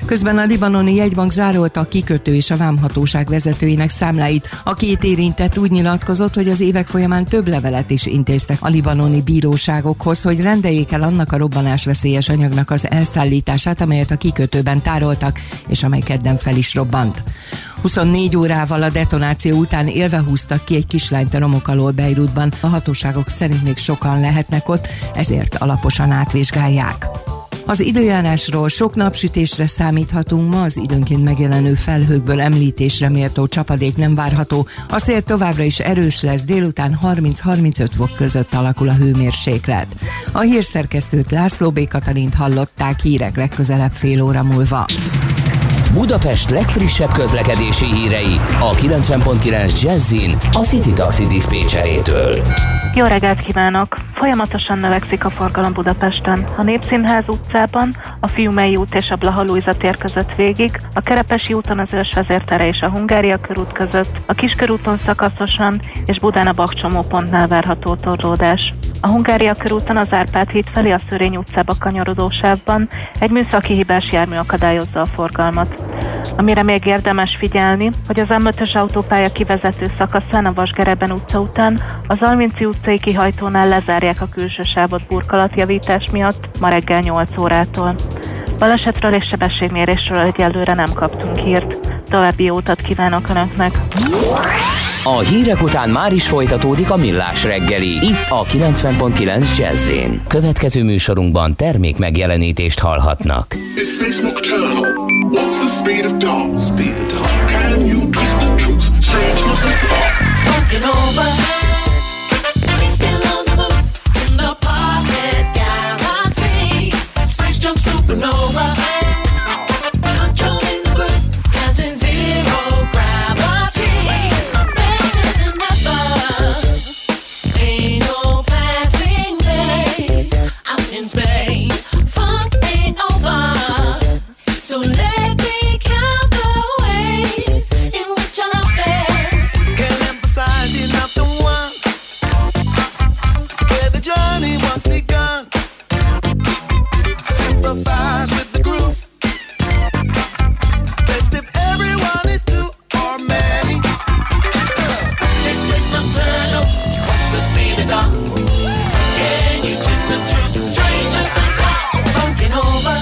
Közben a libanoni jegybank zárolta a kikötő és a vámhatóság vezetőinek számláit. A két érintett úgy nyilatkozott, hogy az évek folyamán több levelet is intéztek a libanoni bíróságokhoz, hogy rendeljék el annak a robbanásveszélyes anyagnak az elszállítását, amelyet a kikötőben tároltak, és amely kedden fel is robbant. huszonnégy órával a detonáció után élve húztak ki egy kislányt a romok alól Beirutban. A hatóságok szerint még sokan lehetnek ott, ezért alaposan átvizsgálják. Az időjárásról: sok napsütésre számíthatunk, ma az időnként megjelenő felhőkből említésre méltó csapadék nem várható. A szél továbbra is erős lesz, délután harminc-harmincöt fok között alakul a hőmérséklet. A hírszerkesztőt, László B. Katalint hallották, hírek legközelebb fél óra múlva. Budapest legfrissebb közlekedési hírei a kilencven pont kilenc Jazzin a City Taxi diszpécserétől. Jó reggelt kívánok! Folyamatosan növekszik a forgalom Budapesten. A Népszínház utcában, a Fiumei út és a Blaha Lujza tér között végig, a Kerepesi úton az Ősvezértere és a Hungária körút között, a Kiskörúton szakaszosan és Budán a Bakcsomópontnál várható torlódás. A Hungária körúton az Árpád híd felé a Szőrény utcába kanyarodó sávban egy műszaki hibás jármű akadályozza a forgalmat. Amire még érdemes figyelni, hogy az M ötös autópálya kivezető szakaszán a Vasgereben utca után az Alvinci utcai kihajtónál lezárják a külső sávot burkolatjavítás miatt ma reggel nyolc órától. Balesetről és sebességmérésről egyelőre nem kaptunk hírt. További jó utat kívánok Önöknek! A hírek után már is folytatódik a Millás reggeli, itt a kilencven pont kilenc Jazz-én. Következő műsorunkban termék megjelenítést hallhatnak. It's Space Nocturnal. What's the speed of dawn? Speed of dawn. Can you twist the truth? Strangeness and thought. Funkin' over. We still on the move. In the pocket galaxy. Space jump supernova. Controlling the groove. Dancing zero gravity. Better than ever. Ain't no passing days. Out in space. Fun ain't over. So let me count the ways in which I love there. Can't emphasize enough the one where the journey once begun. Sympathize with the groove. Best if everyone is two or many. This is nocturnal. What's the speed of dawn? Can you twist the truth? Strangeness and thought. Funkin' over.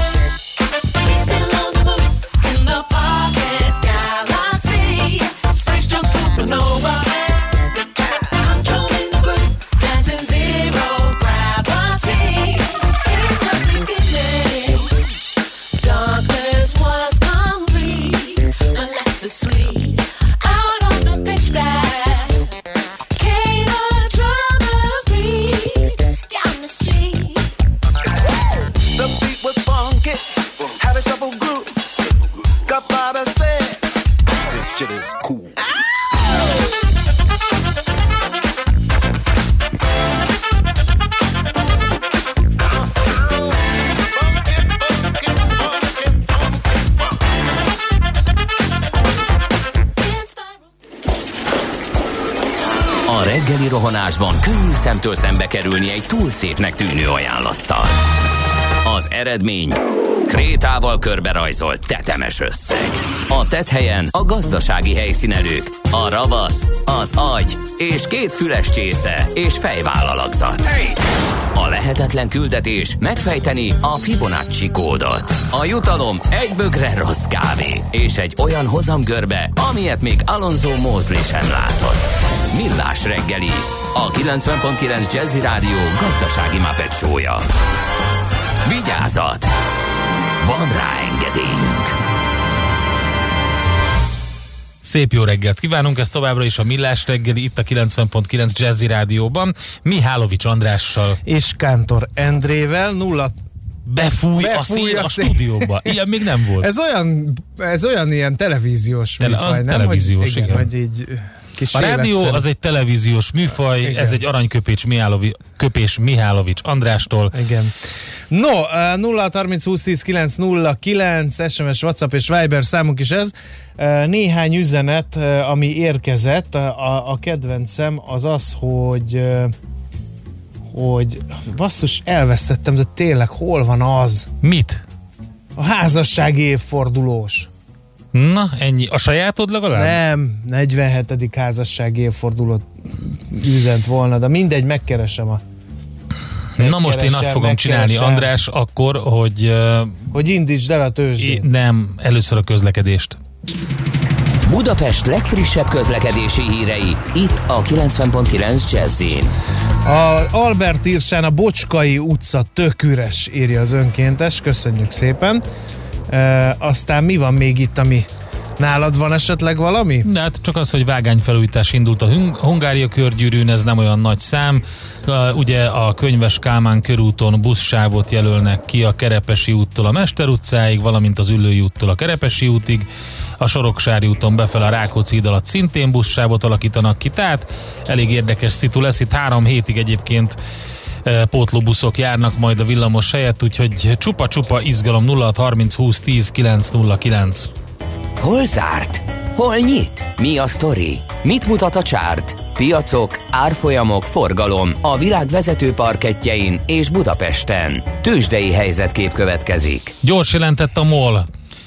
Reggeli rohanásban könnyű szemtől szembe kerülni egy túl szépnek tűnő ajánlattal. Az eredmény: krétával körberajzolt tetemes összeg. A tetthelyen a gazdasági helyszínelők, a ravasz, az agy és két füles csésze és fejvállalakzat. A lehetetlen küldetés megfejteni a Fibonacci kódot. A jutalom egy bögre rossz kávé és egy olyan hozamgörbe, amilyet még Alonso Mosley sem látott. Millás reggeli, a kilencven pont kilenc Jazzy Rádió gazdasági Muppet show-ja. Vigyázat! Van rá engedélyünk! Szép jó reggelt kívánunk, ez továbbra is a Millás reggeli, itt a kilencven pont kilenc Jazzy Rádióban, Mihálovics Andrással. És Kántor Endrével. Nulla Befúj, Befúj a szél a, a stúdióba. Ilyen még nem volt. Ez olyan, ez olyan ilyen televíziós Tele, műfaj, az nem? televíziós, hogy, igen. igen. Hogy így a rádió egyszer. Az egy televíziós műfaj, igen. Ez egy aranyköpés Mihálovi, köpés Mihálovics Andrástól. Igen. No, nulla harminc húsz tíz kilenc nulla kilenc es em es, WhatsApp és Viber számunk is ez. Néhány üzenet, ami érkezett. A, a kedvencem az az, hogy hogy basszus, elvesztettem, de tényleg hol van az? Mit? A házassági évfordulós. Na, ennyi. A sajátod legalább? Nem, negyvenhetedik házassági évfordulót üzent volna, de mindegy, megkeresem a Na most én azt fogom csinálni, András, akkor, hogy... Uh, hogy indítsd el a tőzsdét. Nem, először a közlekedést. Budapest legfrissebb közlekedési hírei, itt a kilencven pont kilenc Jazz-in. A Albert Irsán a Bocskai utca tök üres, írja az önkéntes, köszönjük szépen. E, aztán mi van még itt, ami nálad van esetleg valami? De hát csak az, hogy vágányfelújítás indult a Hung- Hungária körgyűrűn, ez nem olyan nagy szám. Uh, ugye a Könyves Kálmán körúton buszsávot jelölnek ki a Kerepesi úttól a Mester utcáig, valamint az Üllői úttól a Kerepesi útig. A Soroksári úton befel a Rákóczi híd alatt szintén buszsávot alakítanak ki, tehát elég érdekes szitu lesz. Itt három hétig egyébként uh, pótlóbuszok járnak majd a villamos helyett, úgyhogy csupa-csupa izgalom. Nulla hat harminc húsz tíz kilenc nulla kilenc. Hol zárt? Hol nyit? Mi a sztori? Mit mutat a csárt? Piacok, árfolyamok, forgalom a világ vezető parkettjein és Budapesten. Tőzsdei helyzetkép következik. Gyors jelentett a MOL.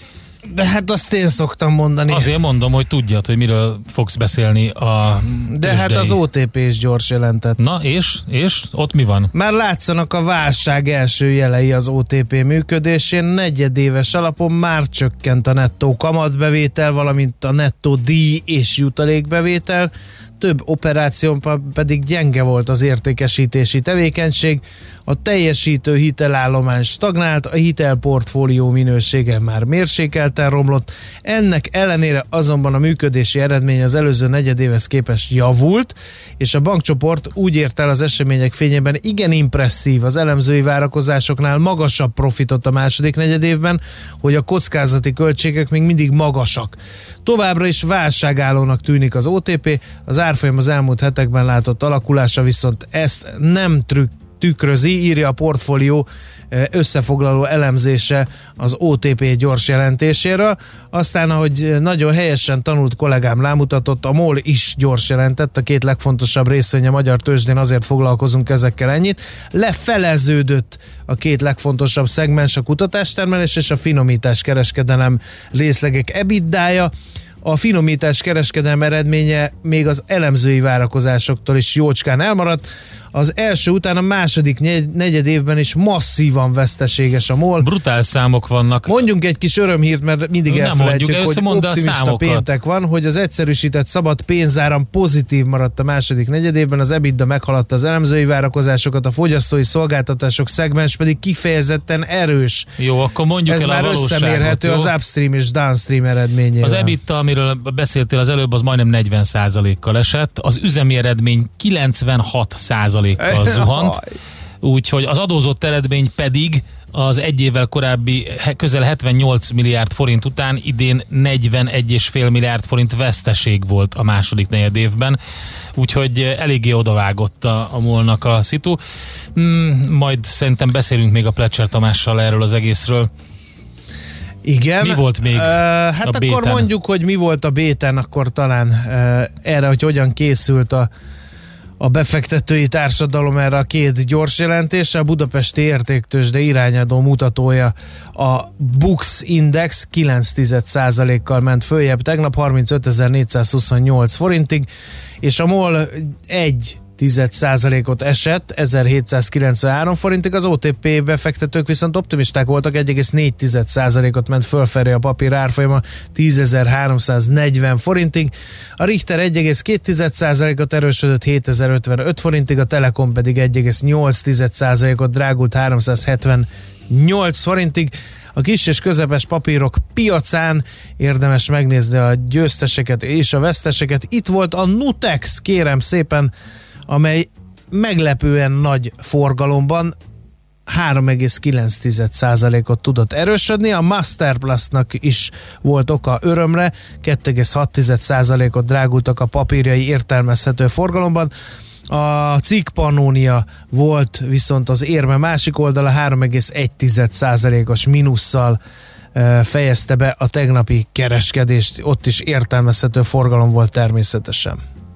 De hát azt én szoktam mondani. Azért mondom, hogy tudjad, hogy miről fogsz beszélni a De tőzsdei. hát az o té pé is gyors jelentett. Na és? És? Ott mi van? Már látszanak a válság első jelei az o té pé működésén. Negyedéves alapon már csökkent a nettó kamatbevétel, valamint a nettó díj és jutalékbevétel. Több operáción pedig gyenge volt az értékesítési tevékenység, a teljesítő hitelállomány stagnált, a hitelportfólió minősége már mérsékelten romlott, ennek ellenére azonban a működési eredmény az előző negyedévhez képest javult, és a bankcsoport úgy ért el az események fényében igen impresszív, az elemzői várakozásoknál magasabb profitot a második negyedévben, hogy a kockázati költségek még mindig magasak. Továbbra is válságállónak tűnik az o té pé, az árfolyam az elmúlt hetekben látott alakulása viszont ezt nem trükk tükrözi, írja a portfólió összefoglaló elemzése az o té pé gyors jelentéséről. Aztán, ahogy nagyon helyesen tanult kollégám rámutatott, a MOL is gyors jelentett, a két legfontosabb részvény a magyar tőzsdén, azért foglalkozunk ezekkel ennyit. Lefeleződött a két legfontosabb szegmens, a kutatástermelés és a finomítás kereskedelem részlegek ebitdája. A finomítás kereskedelem eredménye még az elemzői várakozásoktól is jócskán elmaradt. Az első után a második negyed évben is masszívan veszteséges a MOL. Brutál számok vannak. Mondjunk egy kis örömhírt, mert mindig Nem elfelejtjük, mondjuk, hogy optimista péntek van, hogy az egyszerűsített szabad pénzáram pozitív maradt a második negyedévben, az EBITDA meghaladta az elemzői várakozásokat, a fogyasztói szolgáltatások szegmens pedig kifejezetten erős. Jó, akkor mondjuk Ez el a valóságot. Ez már összemérhető jó? az upstream és downstream eredményével. Az EBITDA, amiről beszéltél az előbb, az majdnem negyven százalékkal esett, az üzemi eredmény kilencvenhat százalékkal zuhant, úgyhogy az adózott eredmény pedig az egy évvel korábbi közel hetvennyolc milliárd forint után idén negyvenegy egész öt milliárd forint veszteség volt a második negyed évben, úgyhogy eléggé odavágott a, a MOL-nak a szitu. Hmm, majd szerintem beszélünk még a Plecser Tamással erről az egészről. Igen. Mi volt még uh, Hát a akkor béten? mondjuk, hogy mi volt a béten, akkor talán uh, erre, hogy hogyan készült a, a befektetői társadalom erre a két gyors jelentése. A budapesti értéktőzsde irányadó mutatója a Bux Index kilenc egész egy százalékkal ment följebb tegnap harmincötezer-négyszázhuszonnyolc forintig, és a MOL egy tized százalékot esett, ezerhétszázkilencvenhárom forintig, az o té pé befektetők viszont optimisták voltak, egy egész négy tized százalékot ment fölfelé a papír árfolyama tízezer-háromszáznegyven forintig, a Richter egy egész két tized százalékot erősödött hétezer-ötvenöt forintig, a Telekom pedig egy egész nyolc tized százalékot drágult háromszázhetvennyolc forintig. A kis és közepes papírok piacán érdemes megnézni a győzteseket és a veszteseket. Itt volt a Nutex, kérem szépen, amely meglepően nagy forgalomban három egész kilenc tized százalékot tudott erősödni, a Masterplastnak is volt oka örömre, két egész hat tized százalékot drágultak a papírjai értelmezhető forgalomban. A Cikk Pannonia volt viszont az érme másik oldala, három egész egy tized százalékos mínusszal e, fejezte be a tegnapi kereskedést, ott is értelmezhető forgalom volt természetesen.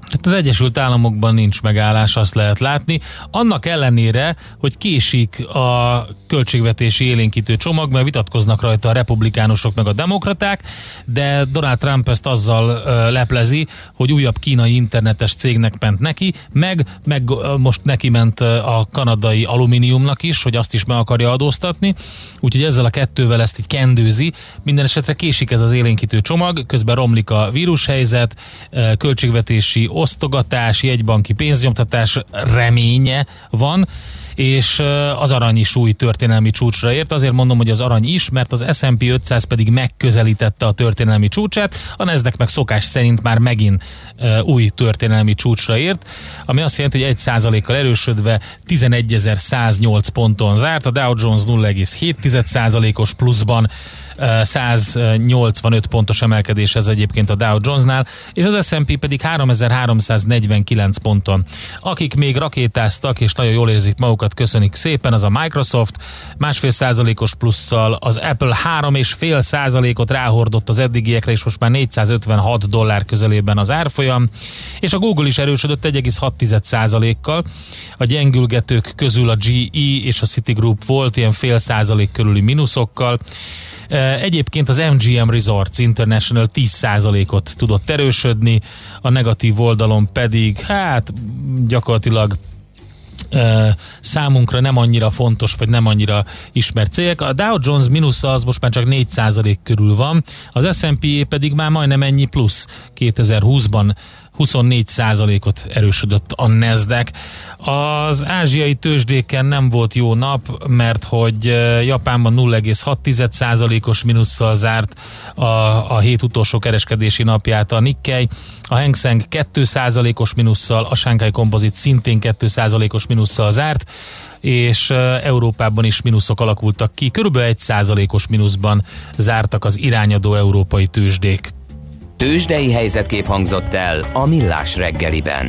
Tehát az Egyesült Államokban nincs megállás, azt lehet látni. Annak ellenére, hogy késik a költségvetési élénkítő csomag, mert vitatkoznak rajta a republikánusok meg a demokraták, de Donald Trump ezt azzal uh, leplezi, hogy újabb kínai internetes cégnek ment neki, meg, meg uh, most neki ment uh, a kanadai alumíniumnak is, hogy azt is meg akarja adóztatni, úgyhogy ezzel a kettővel ezt így kendőzi. Minden esetre késik ez az élénkítő csomag, közben romlik a vírushelyzet, uh, költségvetési osztogatás, jegybanki pénznyomtatás reménye van, és az arany is új történelmi csúcsra ért. Azért mondom, hogy az arany is, mert az es and pé ötszáz pedig megközelítette a történelmi csúcsát, a Nasdaq meg szokás szerint már megint uh, új történelmi csúcsra ért, ami azt jelenti, hogy egy százalékkal erősödve tizenegyezer-száznyolc ponton zárt, a Dow Jones nulla egész hét százalékos pluszban, száznyolcvanöt pontos emelkedés ez egyébként a Dow Jonesnál, és az es and pé pedig háromezer-háromszáznegyvenkilenc ponton. Akik még rakétáztak és nagyon jól érzik magukat, köszönik szépen, az a Microsoft másfél százalékos plusszal, az Apple három és fél százalékot ráhordott az eddigiekre, és most már négyszázötvenhat dollár közelében az árfolyam, és a Google is erősödött egy egész hat százalékkal. A gyengülgetők közül a gé é és a Citigroup volt ilyen fél százalék körüli mínuszokkal. Egyébként az em gé em Resorts International tíz százalékot tudott erősödni, a negatív oldalon pedig hát gyakorlatilag e, számunkra nem annyira fontos, vagy nem annyira ismert cégek. A Dow Jones mínusza az most már csak négy százalék körül van, az es and pé pedig már majdnem ennyi plusz. kétezer-húszban huszonnégy százalékot erősödött a Nasdaq. Az ázsiai tőzsdéken nem volt jó nap, mert hogy Japánban nulla egész hat százalékos mínusszal zárt a, a hét utolsó kereskedési napját a Nikkei, a Hang Seng két százalékos mínusszal, a Shanghai Composite szintén két százalékos mínusszal zárt, és Európában is mínuszok alakultak ki. Körülbelül egy százalékos mínuszban zártak az irányadó európai tőzsdék. Tőzsdei helyzetkép hangzott el a Millás reggeliben.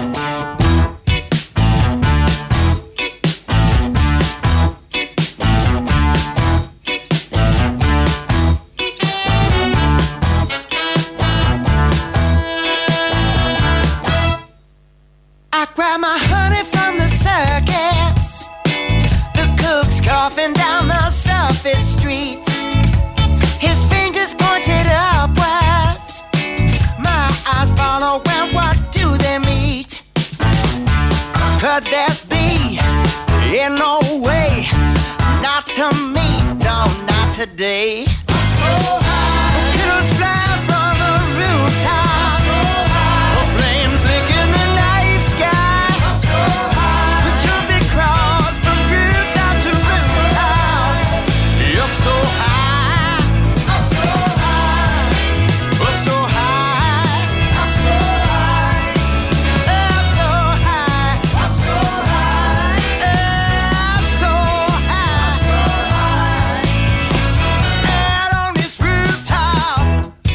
I grab my honey from the circus. The cook's coughing down the surface streets. His fingers pointed upwards. My eyes follow when what do they meet? Could this be? In no way. Not to me, no, not today. I'm so high. Kittles fly from the rooftop. I'm so high. Flames licking the night sky. I'm so high. The jumping cross from rooftop to rooftop. Up so high. I'm so high. Up so high. I'm so high. Up so high. I'm so high. Up so high. I'm so high. And on this rooftop.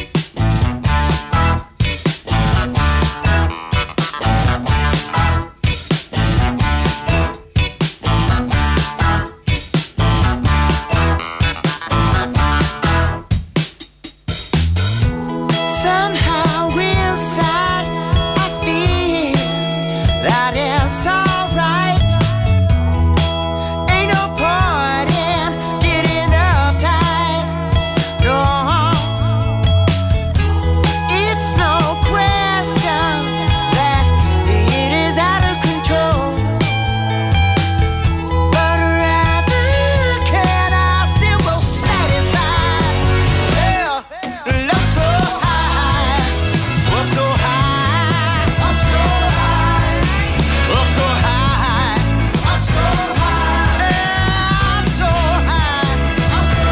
Somehow inside I feel that it's alright. Ain't no point in getting uptight. No, it's no question that it is out of control. But rather can I still go satisfied? Yeah, up so high, up so high, up so high, up so high, up so high, up so high, up so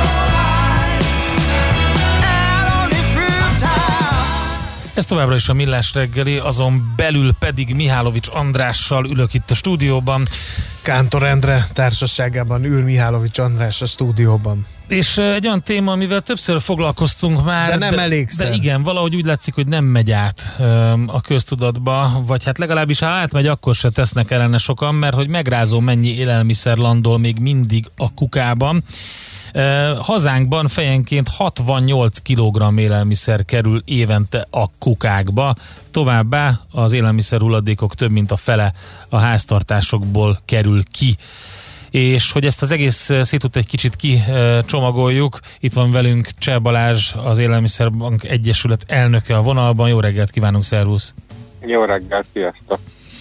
high, out on this rooftop. Ez továbbra is a Millás reggeli, azon belül pedig Mihálovics Andrással ülök itt a stúdióban. Kántor Endre társaságában ül Mihálovics András a stúdióban. És uh, egy olyan téma, amivel többször foglalkoztunk már. De nem elégszer. De igen, valahogy úgy látszik, hogy nem megy át um, a köztudatba, vagy hát legalábbis ha átmegy, akkor se tesznek ellene sokan, mert hogy megrázó mennyi élelmiszer landol még mindig a kukában. Hazánkban fejenként hatvannyolc kilogramm élelmiszer kerül évente a kukákba, továbbá az élelmiszer hulladékok több mint a fele a háztartásokból kerül ki. És hogy ezt az egész szétut egy kicsit kicsomagoljuk, itt van velünk Cseh Balázs, az Élelmiszerbank Egyesület elnöke a vonalban. Jó reggelt kívánunk, szervusz! Jó reggelt, sziasztok!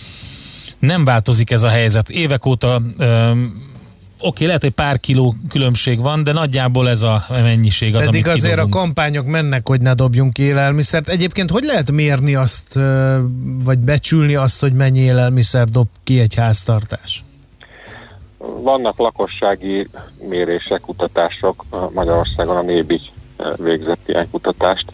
Nem változik ez a helyzet. Évek óta öm, oké, lehet, hogy pár kiló különbség van, de nagyjából ez a mennyiség az, Pedig amit azért kidobunk. a kampányok mennek, hogy ne dobjunk élelmiszert. Egyébként hogy lehet mérni azt, vagy becsülni azt, hogy mennyi élelmiszer dob ki egy háztartás? Vannak lakossági mérések, kutatások. Magyarországon a Nébi végzett ilyen kutatást.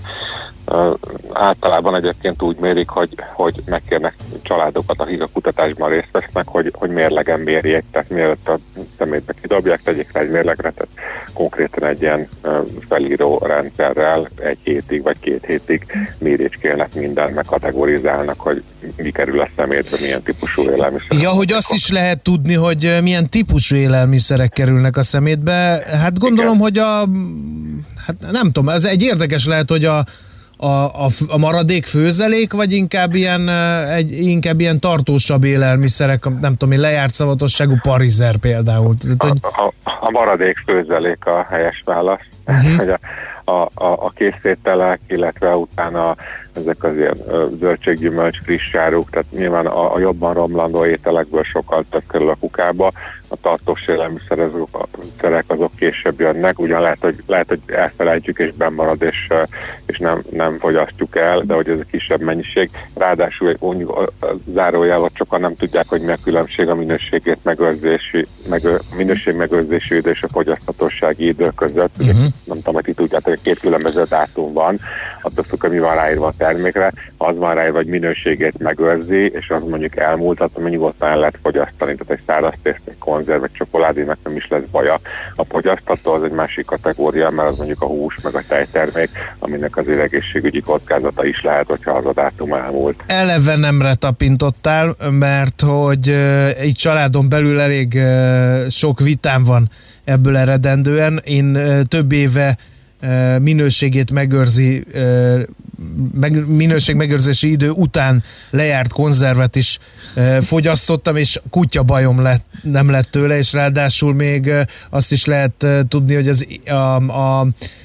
Általában egyébként úgy mérik, hogy, hogy megkérnek családokat, akik a kutatásban részt vesznek, hogy, hogy mérlegen mérjék, tehát mielőtt a szemétbe kidobják, tegyék rá egy mérlegre, tehát konkrétan egy ilyen felíró rendszerrel egy hétig vagy két hétig mérécskélnek mindent, meg kategorizálnak, hogy mi kerül a szemétbe, milyen típusú élelmiszer. Ja, hogy azt is lehet tudni, hogy milyen típusú élelmiszerek kerülnek a szemétbe. Hát gondolom, igen, hogy a hát nem tudom, ez egy érdekes lehet, hogy a A, a, a maradék főzelék, vagy inkább ilyen, egy, inkább ilyen tartósabb élelmiszerek, nem tudom, én lejárt szavatosságú parizer például. Tehát, hogy... a, a, a maradék főzelék a helyes válasz. Uh-huh. a, a, a készételek, illetve utána ezek az ilyen zöldséggyümölcs, friss áruk, tehát nyilván a, a jobban romlandó ételekből sokkal több kerül a kukába, a tartós élelmiszerek azok később jönnek, ugyan lehet, hogy, lehet, hogy elfelejtjük és bennmarad, és, és nem, nem fogyasztjuk el, de hogy ez a kisebb mennyiség. Ráadásul zárójelot sokan nem tudják, hogy mi a különbség a minőségét megőrzési, meg, minőség megőrzési idő és a fogyaszthatósági idő között. Uh-huh. Nem tudom, hogy ti tudjátok, hogy két különböző dátum van, attól függ, hogy mi van ráírva a termékre, az van ráírva, hogy minőségét megőrzi, és az mondjuk elmúlt, attól nyugodtan el lehet fogyasztani, tehát egy száraz tészt, egy konzerv, egy csokoládének nem is lesz baja. A fogyasztató az egy másik kategória, mert az mondjuk a hús, meg a tejtermék, aminek az egészségügyi kockázata is lehet, hogyha az a dátum elmúlt. Elevenemre tapintottál, mert hogy uh, így családon belül elég uh, sok vitám van ebből eredendően. Én uh, több éve uh, minőségét megőrzi, uh, meg, minőség megőrzési idő után lejárt konzervet is uh, fogyasztottam, és kutya bajom lett, nem lett tőle, és ráadásul még uh, azt is lehet uh, tudni, hogy az, a, a,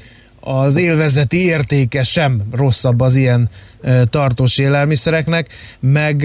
az élvezeti értéke sem rosszabb az ilyen uh, tartós élelmiszereknek, meg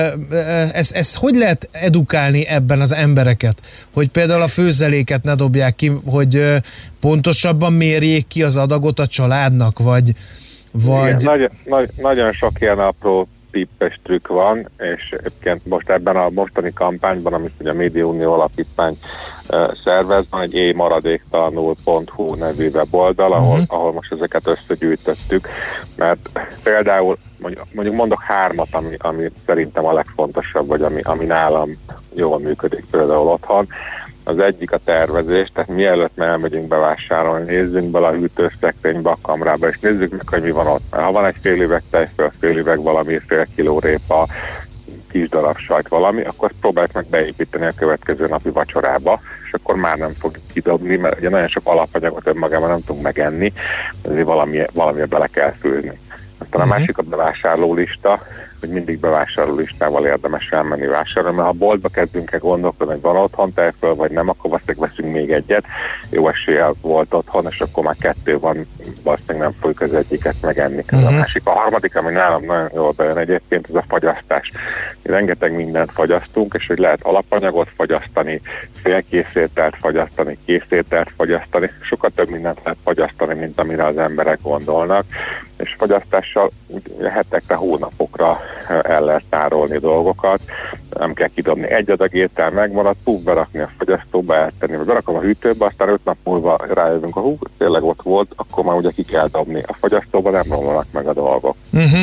uh, ez, ez hogy lehet edukálni ebben az embereket, hogy például a főzeléket ne dobják ki, hogy uh, pontosabban mérjék ki az adagot a családnak, vagy Vagy... Igen, nagyon, nagy, nagyon sok ilyen apró tippes trükk van, és egyébként most ebben a mostani kampányban, amit ugye a Média Unió Alapítvány uh, szervez, van egy éj maradéktalanul pont hu nevű weboldal, ahol, uh-huh. ahol most ezeket összegyűjtöttük, mert például mondjuk, mondjuk mondok hármat, ami, ami szerintem a legfontosabb, vagy ami, ami nálam jól működik például otthon. Az egyik a tervezés, tehát mielőtt már elmegyünk bevásárolni, nézzünk bele a hűtőszekrénybe, a kamrába, és nézzük meg, hogy mi van ott. Ha van egy fél üveg tejföl, fél üveg valami, fél kiló répa, kis darab sajt valami, akkor próbáljuk meg beépíteni a következő napi vacsorába, és akkor már nem fog kidobni, mert ugye nagyon sok alapanyagot önmagában nem tudunk megenni, ezért valami, valamiért bele kell főzni. Aztán a másik a bevásárlólista, hogy mindig bevásárlólistával érdemes elmenni vásárolni, mert ha boltba kezdünk el gondolkodni, hogy van otthon tejföl, vagy nem, akkor valószínűleg veszünk még egyet. Jó eséllyel volt otthon, és akkor már kettő van, valószínűleg nem fogjuk az egyiket megenni. Uh-huh. A másik, a harmadik, ami nálam nagyon jól bejön egyébként, ez a fagyasztás. Rengeteg mindent fagyasztunk, és hogy lehet alapanyagot fagyasztani, félkészételt fagyasztani, készételt fagyasztani, sokkal több mindent lehet fagyasztani, mint amire az emberek gondolnak, és fagyasztással hetekre, hónapokra el lehet tárolni dolgokat, nem kell kidobni. Egy adag étel megmarad, fú, berakni a fagyasztóba, eltenni, vagy berakom a hűtőbe, aztán öt nap múlva rájövünk, a hú, tényleg ott volt, akkor már ugye ki kell dobni. A fagyasztóba nem romlanak meg a dolgok. Uh-huh.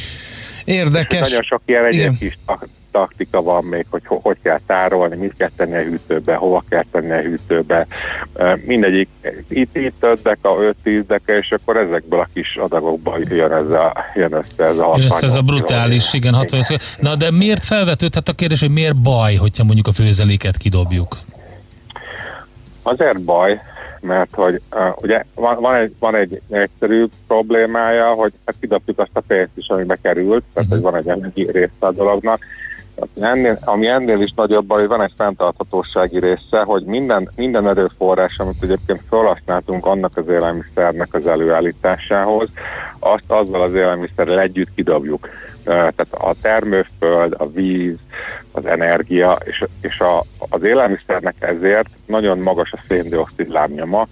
Érdekes. És nagyon sok ilyen egyéb kis taktika van még, hogy hogy kell tárolni, mit kell tenni a hűtőbe, hova kell tenni a hűtőbe. Mindegyik itt, itt öt deka, öt-tíz deka, és akkor ezekből a kis adagokból jön, ez a, jön össze ez a hatvan. Jön össze ez a brutális, igen, hatvan. Na de miért felvetődhet a kérdés, hogy miért baj, hogyha mondjuk a főzeléket kidobjuk? Azért baj, mert hogy uh, ugye van, van, egy, van egy egyszerű problémája, hogy hát kidobjuk azt a pénzt is, amibe került, tehát hogy van egy anyagi része a dolognak. Ennél, ami ennél is nagyobb, hogy van egy fenntarthatósági része, hogy minden, minden erőforrás, amit egyébként felhasználtunk annak az élelmiszernek az előállításához, azt azzal az élelmiszerrel együtt kidobjuk. Tehát a termőföld, a víz, az energia, és, és a, az élelmiszernek ezért nagyon magas a szén-dioxid lábnyoma.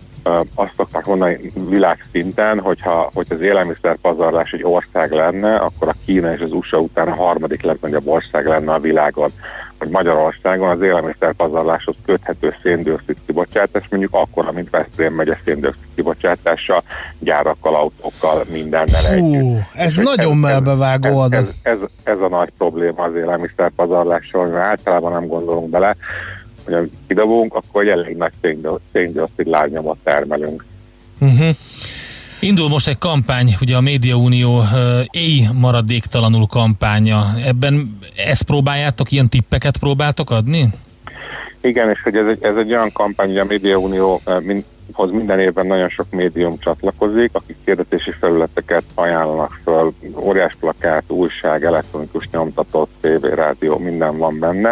Azt szokták mondani világszinten, hogyha, hogy az élelmiszerpazarlás egy ország lenne, akkor a Kína és az u es á után a harmadik legnagyobb ország lenne a világon. Hogy Magyarországon az élelmiszerpazarláshoz köthető szén-dioxid kibocsátás mondjuk akkora, mint Veszprém megye szén-dioxid kibocsátása, gyárakkal, autókkal, mindennel együtt. Hú, ez és nagyon ez, melbevágó ez, ez, ez, ez, ez a nagy probléma az élelmiszerpazarlással, mert általában nem gondolunk bele, hogy amit kidobunk, akkor egy elég nagy szén-dioxid lábnyomot termelünk. Uh-huh. Indul most egy kampány, ugye a Médiaunió uh, éj maradéktalanul kampánya. Ebben ezt próbáljátok, ilyen tippeket próbáltok adni? Igen, és hogy ez egy, ez egy olyan kampány, hogy a Médiaunió uh, min, hoz minden évben nagyon sok médium csatlakozik, akik hirdetési felületeket ajánlanak föl, óriás plakát, újság, elektronikus nyomtatott, tévé, rádió, minden van benne.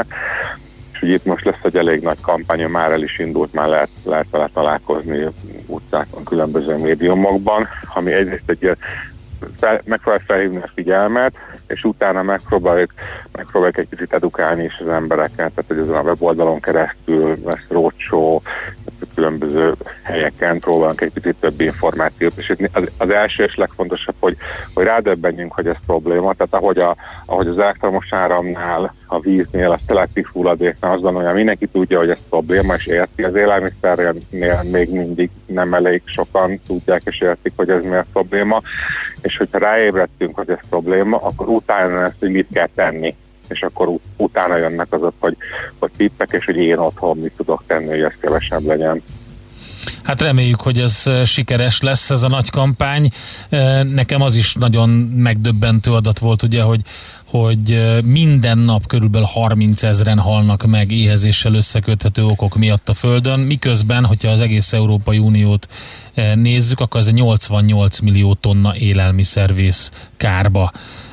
És ugye itt most lesz egy elég nagy kampány, már el is indult, már lehet, lehet vele találkozni utcákon, különböző médiumokban, ami egyrészt egy fel, megpróbáljuk felhívni a figyelmet, és utána megpróbáljuk, megpróbáljuk egy kicsit edukálni is az embereket, tehát hogy ezen a weboldalon keresztül lesz roadshow, különböző helyeken próbálunk egy picit több információt, és az, az első és legfontosabb, hogy, hogy rádöbbenjünk, hogy ez probléma, tehát ahogy, a, ahogy az elektromos áramnál, a víznél, a szelektív hulladéknál azt gondolja, mindenki tudja, hogy ez probléma, és érti, az élelmiszernél még mindig nem elég sokan tudják és értik, hogy ez miért probléma, és hogyha ráébredtünk, hogy ez probléma, akkor utána ezt, hogy mit kell tenni, és akkor ut- utána jönnek azok, hogy, hogy tippek, és hogy én otthon mit tudok tenni, hogy ez kevesebb legyen. Hát reméljük, hogy ez sikeres lesz, ez a nagy kampány. Nekem az is nagyon megdöbbentő adat volt, ugye, hogy, hogy minden nap körülbelül harmincezren halnak meg éhezéssel összeköthető okok miatt a Földön, miközben, hogyha az egész Európai Uniót nézzük, akkor ez nyolcvannyolc millió tonna élelmiszer vész kárba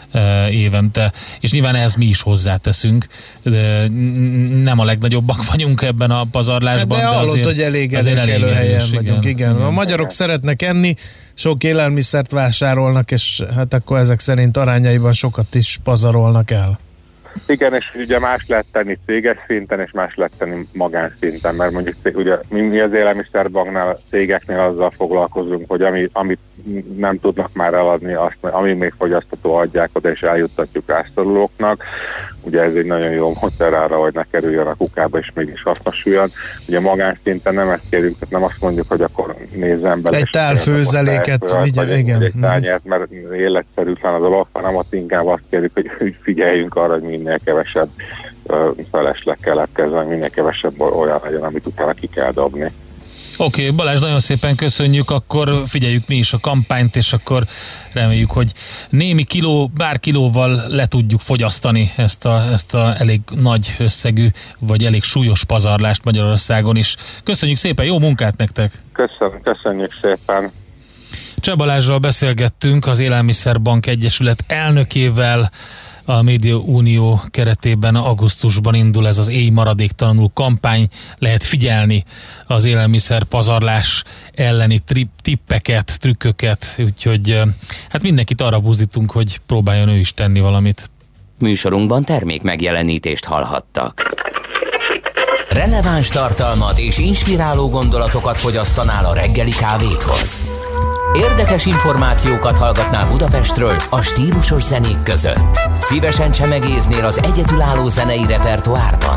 évente, és nyilván ehhez mi is hozzáteszünk, de nem a legnagyobbak vagyunk ebben a pazarlásban. De, de hallott, azért, hogy elég előkelő helyen vagyunk, igen. igen. A magyarok szeretnek enni, sok élelmiszert vásárolnak, és hát akkor ezek szerint arányaiban sokat is pazarolnak el. Igen, és ugye más lehet tenni céges szinten, és más lehet tenni magánszinten, mert mondjuk ugye mi, mi az élelmiszerbanknál, cégeknél azzal foglalkozunk, hogy ami, amit nem tudnak már eladni, azt, ami még fogyasztató, adják oda, és eljuttatjuk rászorulóknak. Ugye ez egy nagyon jó módszer arra, hogy ne kerüljön a kukába, és mégis hasznosuljon. Ugye magánszinten nem ezt kérjük, tehát nem azt mondjuk, hogy akkor nézzem bele. Egy tálfőzeléket vigyen, igen. Egy tányért, mert életszerűtlen a dolog, hanem ott inkább azt kérjük, hogy figyeljünk arra, hogy minél kevesebb felesleg keletkezzen, minél kevesebb olyan legyen, amit utána ki kell dobni. Oké, okay, Balázs, nagyon szépen köszönjük, akkor figyeljük mi is a kampányt, és akkor reméljük, hogy némi kiló, bár kilóval le tudjuk fogyasztani ezt a, ezt a elég nagy összegű, vagy elég súlyos pazarlást Magyarországon is. Köszönjük szépen, jó munkát nektek! Köszönjük, köszönjük szépen! Cseh Balázsral beszélgettünk, az Élelmiszerbank Egyesület elnökével. A Médiaunió keretében augusztusban indul ez az éj maradéktalanul kampány. Lehet figyelni az élelmiszer pazarlás elleni tri- tippeket, trükköket, úgyhogy hát mindenkit arra buzdítunk, hogy próbáljon ő is tenni valamit. Műsorunkban termék megjelenítést hallhattak. Releváns tartalmat és inspiráló gondolatokat fogyasztanál a reggeli kávéthoz. Érdekes információkat hallgatnál Budapestről a stílusos zenék között. Szívesen csemegéznél az egyedülálló zenei repertoárban.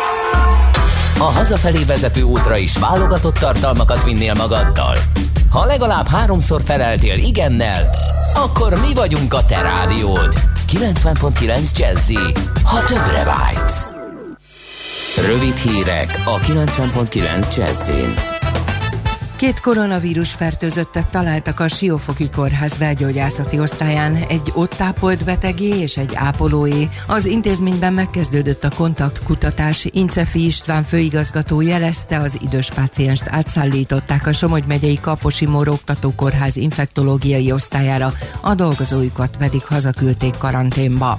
A hazafelé vezető útra is válogatott tartalmakat vinnél magaddal. Ha legalább háromszor feleltél igennel, akkor mi vagyunk a te rádiód. kilencven pont kilenc Jazzy, ha többre vágysz. Rövid hírek a kilencven pont kilenc Jazzyn. Két koronavírus fertőzöttet találtak a Siófoki Kórház belgyógyászati osztályán, egy ott ápolt betegé és egy ápolóé. Az intézményben megkezdődött a kontaktkutatás. Incefi István főigazgató jelezte, az idős pácienst átszállították a Somogy megyei Kaposi Mór Oktatókórház infektológiai osztályára, a dolgozóikat pedig hazaküldték karanténba.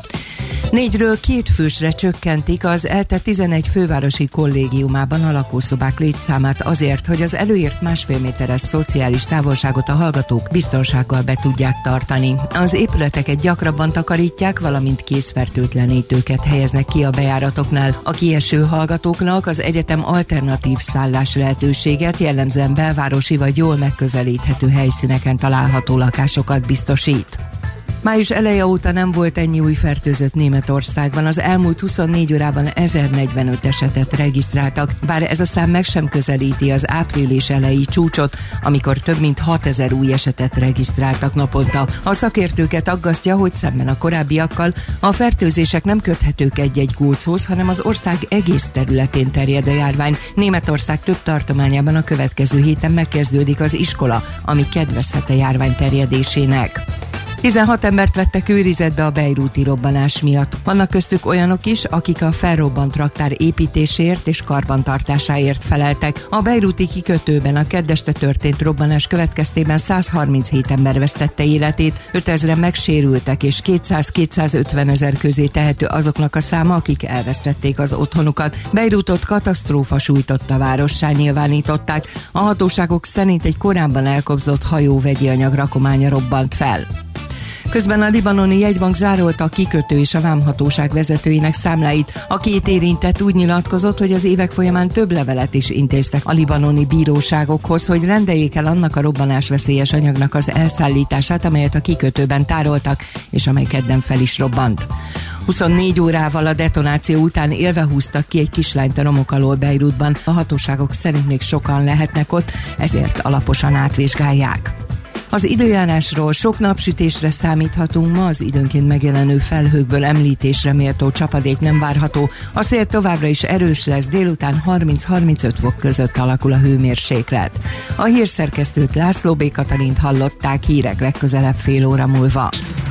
Négyről két fősre csökkentik az E L T E tizenegy fővárosi kollégiumában a lakószobák létszámát azért, hogy az előírt másfél méteres szociális távolságot a hallgatók biztonsággal be tudják tartani. Az épületeket gyakrabban takarítják, valamint készfertőtlenítőket helyeznek ki a bejáratoknál. A kieső hallgatóknak az egyetem alternatív szállás lehetőséget, jellemzően belvárosi vagy jól megközelíthető helyszíneken található lakásokat biztosít. Május eleje óta nem volt ennyi új fertőzött Németországban. Az elmúlt huszonnégy órában ezernegyvenöt esetet regisztráltak, bár ez a szám meg sem közelíti az április elejé csúcsot, amikor több mint hatezer új esetet regisztráltak naponta. A szakértőket aggasztja, hogy szemben a korábbiakkal a fertőzések nem köthetők egy-egy góchoz, hanem az ország egész területén terjed a járvány. Németország több tartományában a következő héten megkezdődik az iskola, ami kedvezhet a járvány terjedésének. tizenhat embert vettek őrizetbe a bejrúti robbanás miatt. Vannak köztük olyanok is, akik a felrobbant raktár építésért és karbantartásáért feleltek. A bejrúti kikötőben a kedd este történt robbanás következtében száz harminchét ember vesztette életét, ötezren megsérültek, és kétszáz-kétszázötven ezer közé tehető azoknak a száma, akik elvesztették az otthonukat. Bejrútot katasztrófa sújtotta várossá nyilvánították. A hatóságok szerint egy korábban elkobzott hajó vegyi anyag rakománya robbant fel. Közben a libanoni jegybank zárolta a kikötő és a vámhatóság vezetőinek számláit. A két érintett úgy nyilatkozott, hogy az évek folyamán több levelet is intéztek a libanoni bíróságokhoz, hogy rendeljék el annak a robbanásveszélyes anyagnak az elszállítását, amelyet a kikötőben tároltak, és amely kedden fel is robbant. huszonnégy órával a detonáció után élve húztak ki egy kislányt a romok alól Bejrútban. A hatóságok szerint még sokan lehetnek ott, ezért alaposan átvizsgálják. Az időjárásról: sok napsütésre számíthatunk ma, az időnként megjelenő felhőkből említésre méltó csapadék nem várható. A szél továbbra is erős lesz, délután harminc-harmincöt fok között alakul a hőmérséklet. A hírszerkesztőt, László B. Katalint hallották, hírek legközelebb fél óra múlva.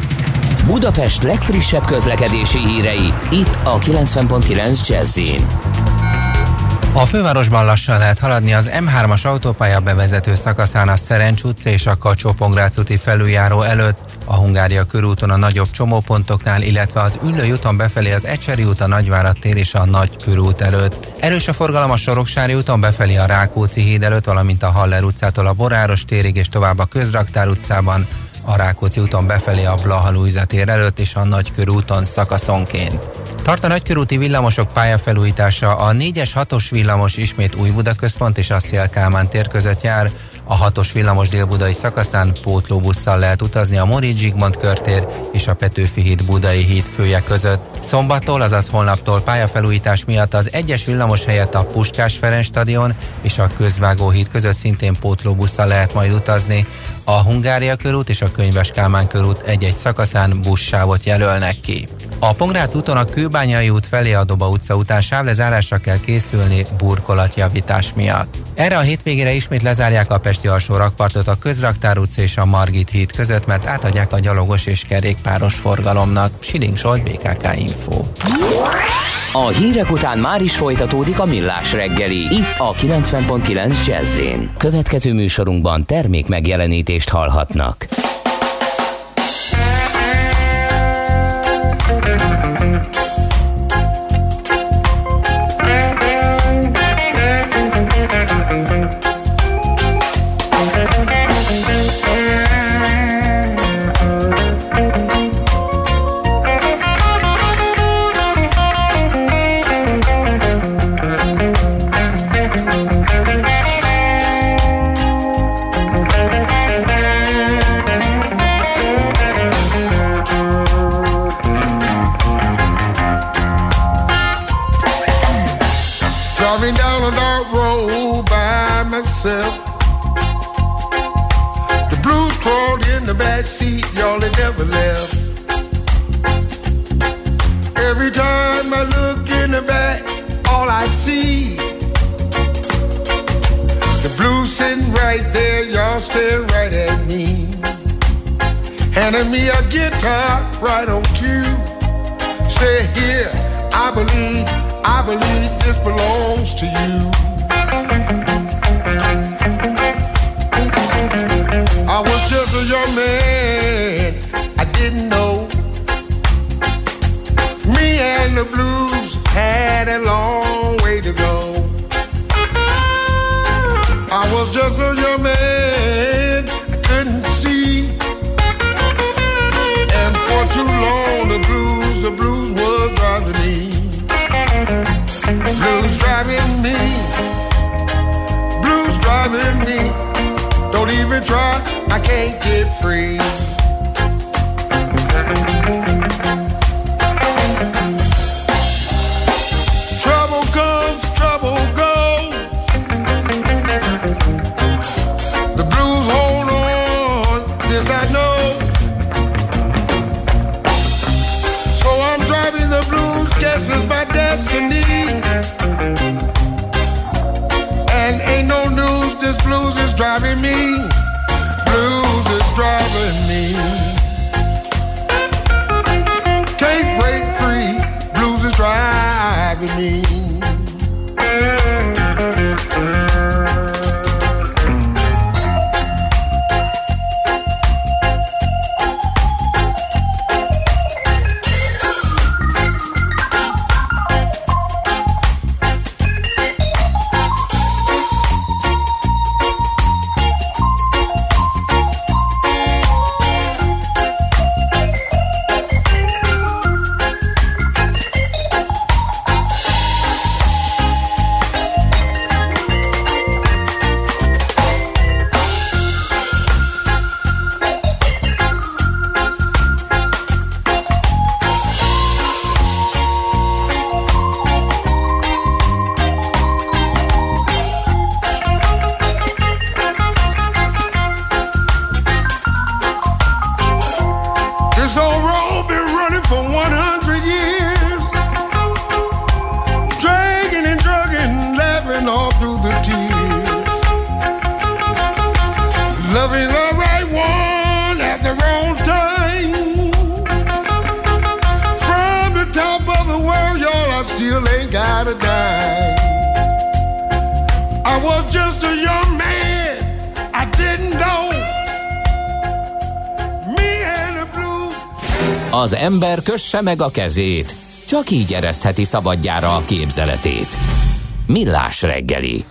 Budapest legfrissebb közlekedési hírei, itt a kilencven pont kilenc Jazz-in. A fővárosban lassan lehet haladni az M hármas autópálya bevezető szakaszán a Szerencs utca és a Kacsó-Pongrác úti felüljáró előtt, a Hungária körúton a nagyobb csomópontoknál, illetve az Üllői úton befelé az Ecseri út, a Nagyvárad tér és a Nagykörút előtt. Erős a forgalom a Soroksári úton befelé a Rákóczi híd előtt, valamint a Haller utcától a Boráros térig és tovább a Közraktár utcában, a Rákóczi úton befelé a Blaha Lujza tér előtt és a Nagykörúton szakaszonként. Tart a nagykörúti villamosok pályafelújítása, a négyes hatos villamos ismét Újbuda központ és a Széll-Kálmán tér között jár, a hatos villamos délbudai szakaszán pótlóbusszal lehet utazni a Móricz Zsigmond körtér és a Petőfi híd Budai híd fője között. Szombattól, azaz holnaptól pályafelújítás miatt az egyes villamos helyett a Puskás Ferenc stadion és a Közvágó híd között szintén pótlóbusszal lehet majd utazni. A Hungária körút és a Könyves Kálmán körút egy-egy szakaszán buszsávot jelölnek ki. A Pongrác úton a Kőbányai út felé a Doba utca után sávlezárásra kell készülni burkolatjavítás miatt. Erre a hétvégére ismét lezárják a pesti alsó rakpartot a Közraktár utca és a Margit híd között, mert átadják a gyalogos és kerékpáros forgalomnak. Siling Zsolt, bé ká ká Info. A hírek után már is folytatódik a Millás reggeli, itt a kilencven pont kilenc Jazz-in. Következő műsorunkban termék megjelenítést hallhatnak. The blues crawled in the back seat, y'all, they never left. Every time I look in the back, all I see, the blues sitting right there, y'all staring right at me. Handing me a guitar right on cue. Say here, I believe, I believe this belongs to you. I was just a young man, I didn't know. Me and the blues had a long way to go. I was just a young man, I couldn't see. And for too long the blues, the blues was driving me. Blues driving me, blues driving me. Don't even try, I can't get free. Trouble comes, trouble goes. The blues hold on, this I know. So I'm driving the blues, guess it's my destiny. And ain't no news, this blues is driving me. Blues is driving me. Can't break free, blues is driving me. Az ember kösse meg a kezét, csak így eresztheti szabadjára a képzeletét. Millás reggeli.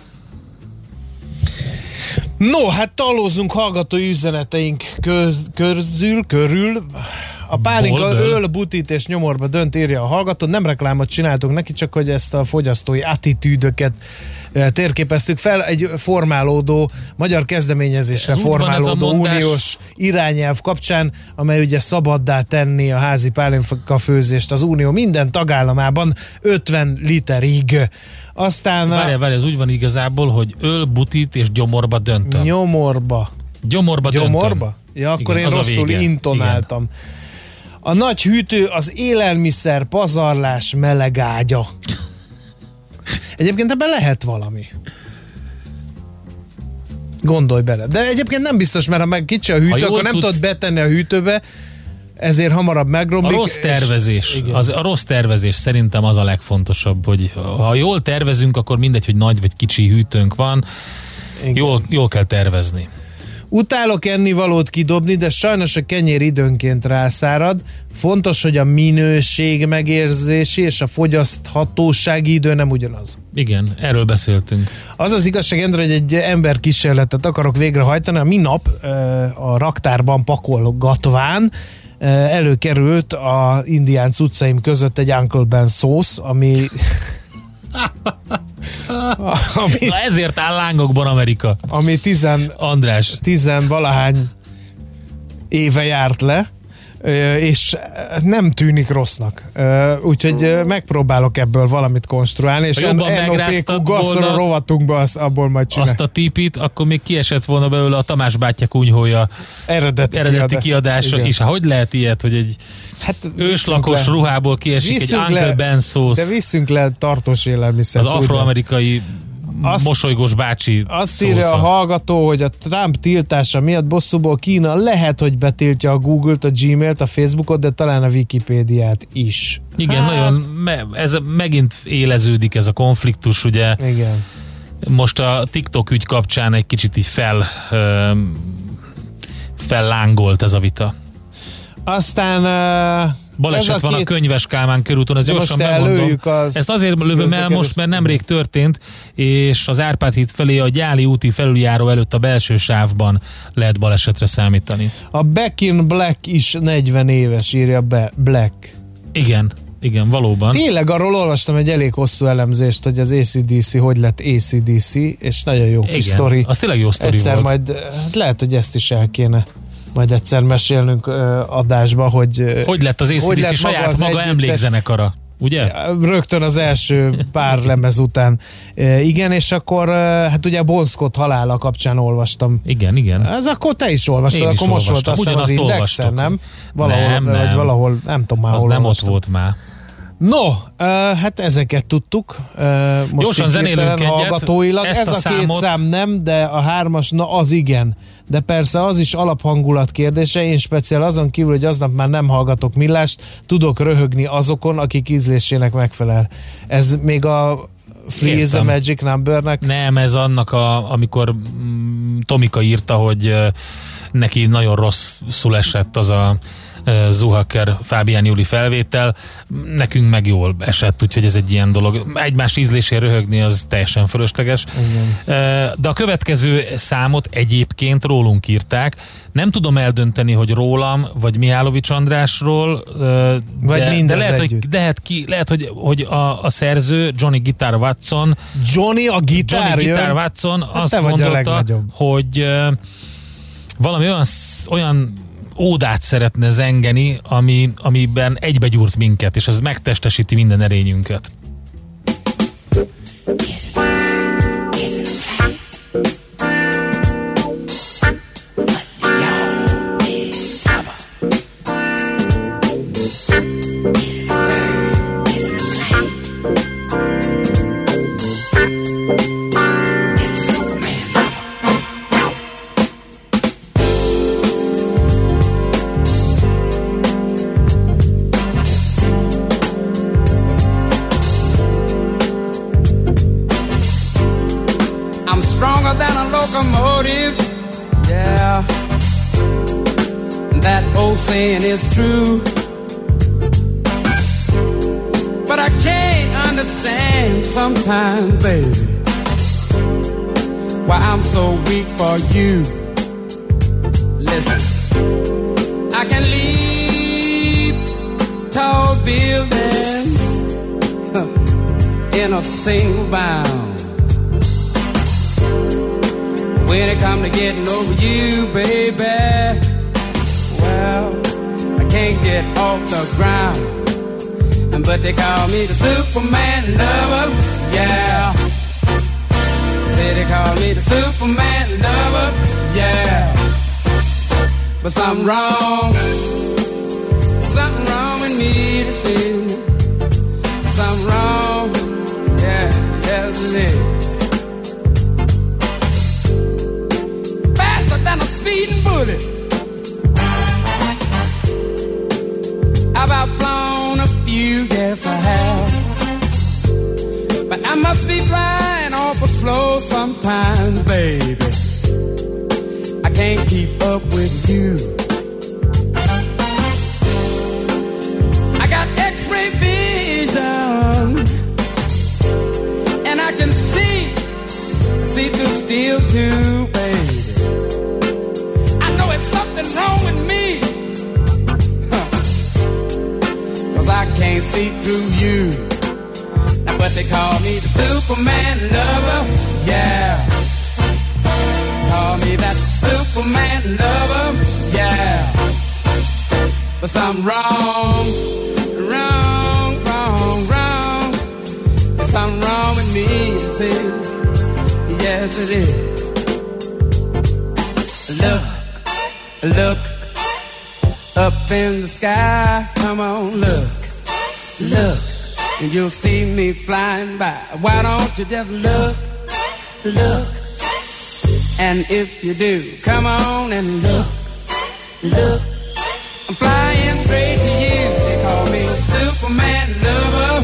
No, hát talózzunk hallgatói üzeneteink köz, közül, körül. A pálinka öl, butít és nyomorba dönt, írja a hallgató. Nem reklámot csináltunk neki, csak hogy ezt a fogyasztói attitűdöket térképeztük fel. Egy formálódó, magyar kezdeményezésre formálódó uniós irányelv kapcsán, amely ugye szabaddá tenni a házi pálinka főzést az unió minden tagállamában ötven literig. Aztán... Várjál, várjál, ez úgy van igazából, hogy öl, butít és gyomorba döntöm. Nyomorba. Gyomorba döntöm. Gyomorba? Ja, akkor igen, én rosszul intonáltam. Igen. A nagy hűtő az élelmiszer pazarlás meleg ágya. Egyébként ebben lehet valami. Gondolj bele. De egyébként nem biztos, mert ha meg kicsi a hűtő, akkor nem tudsz... tudod betenni a hűtőbe, ezért hamarabb megromlik. A rossz tervezés, és... az, a rossz tervezés szerintem az a legfontosabb, hogy ha jól tervezünk, akkor mindegy, hogy nagy vagy kicsi hűtőnk van, jól, jól kell tervezni. Utálok ennivalót kidobni, de sajnos a kenyér időnként rászárad. Fontos, hogy a minőség megérzési és a fogyaszthatósági idő nem ugyanaz. Igen, erről beszéltünk. Az az igazság, Endre, hogy egy ember kísérletet akarok végrehajtani. A minap a raktárban pakolgatván előkerült a indián cuccaim között egy Uncle Ben szósz, ami... ami, Na ezért áll lángokban Amerika. Ami tizen, András. tizen valahány éve járt le, és nem tűnik rossznak. Úgyhogy megpróbálok ebből valamit konstruálni, és en o pé kú gasztro rovatunkban abból majd csinálni. Azt a típit, akkor még kiesett volna belőle a Tamás bátyja kunyhója eredeti, eredeti kiadás. kiadása. És hogy lehet ilyet, hogy egy hát őslakos le. ruhából kiesik egy Uncle le, Ben szósz. De visszünk le tartós élelmiszert. Az afroamerikai azt, mosolygós bácsi azt szósza. írja a hallgató, hogy a Trump tiltása miatt bosszúból Kína lehet, hogy betiltja a Google-t, a Gmail-t, a Facebookot, de talán a Wikipédiát is. Igen, hát, nagyon, ez megint éleződik ez a konfliktus, ugye. Igen. Most a TikTok ügy kapcsán egy kicsit így fel fellángolt ez a vita. Aztán uh, baleset van két... a Könyves Kálmán körúton, ez gyorsan bemondom. Az Ezt azért lövöm el most, mert nemrég történt, és az Árpád híd felé a Gyáli úti felüljáró előtt a belső sávban lehet balesetre számítani. A Back in Black is negyven éves, írja be Black. Igen, igen, valóban. Tényleg arról olvastam egy elég hosszú elemzést, hogy az á cé dé cé hogy lett á cé dé cé, és nagyon jó kis sztori. Az tényleg jó sztori Egyszer volt. majd, hát lehet, hogy ezt is el kéne majd egyszer mesélnünk uh, adásba, hogy hogy lett az á cé dé cé saját maga, maga emlékzenekara, ugye? Rögtön az első pár lemez után. Uh, igen, és akkor uh, hát ugye a Bon Scott halála kapcsán olvastam. Igen, igen. Ez akkor te is olvastad, akkor most volt azt hiszem az Indexen, nem? Valahol, nem, nem. Vagy valahol, nem tudom már az hol nem olvastam. ott volt már. No, uh, hát ezeket tudtuk. Uh, most gyorsan zenélünk egyet. Hallgatóilag. Ez a, a két számot... szám nem, de a hármas, na az igen. De persze az is alaphangulat kérdése. Én speciál azon kívül, hogy aznap már nem hallgatok Millást, tudok röhögni azokon, akik ízlésének megfelel. Ez még a Free is the Magic Numbernek? Nem, ez annak, a, amikor mm, Tomika írta, hogy uh, neki nagyon rosszul esett az a Zuhacker Fábián Júli felvétel, nekünk meg jól esett, úgyhogy ez egy ilyen dolog. Egymás ízlésén röhögni az teljesen fölösleges. Igen. De a következő számot egyébként rólunk írták. Nem tudom eldönteni, hogy rólam, vagy Mihálovics Andrásról, vagy de, de lehet, hogy, lehet, ki, lehet, hogy, hogy a, a szerző Johnny Guitar Watson Johnny a gitár Johnny Guitar Watson hát azt mondotta, hogy valami olyan, olyan ódát szeretne zengeni, ami, amiben egybegyúrt minket, és az megtestesíti minden erényünket. Saying is true, but I can't understand sometimes, baby, why I'm so weak for you. Listen, I can leap tall buildings in a single bound. When it comes to getting over you, baby, well, I can't get off the ground, but they call me the Superman lover, yeah. Say they call me the Superman lover, yeah. But something wrong, something wrong with me to see. Something wrong, yeah, yes it is. Faster than a speeding bullet, I've outflown a few, yes I have. But I must be flying awful slow sometimes, baby. I can't keep up with you. I got X-ray vision, and I can see, see through steel too, baby. I know it's something wrong with me, I can't see through you. Now but they call me the Superman lover, yeah. Call me that Superman lover, yeah. But something wrong, wrong, wrong, wrong. There's something wrong with me, it is. Yes it is. Look, look up in the sky, come on, look, look, and you'll see me flying by. Why don't you just look, look. And if you do, come on and look, look. I'm flying straight to you. They call me Superman lover.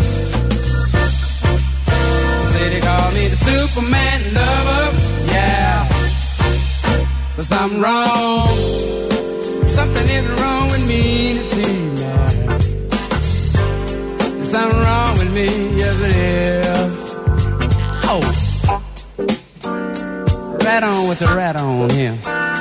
Say they call me the Superman lover. Yeah. But something wrong. Something is wrong with me to see now. There's something wrong with me, yes it is. Oh. Rat on with the rat on here.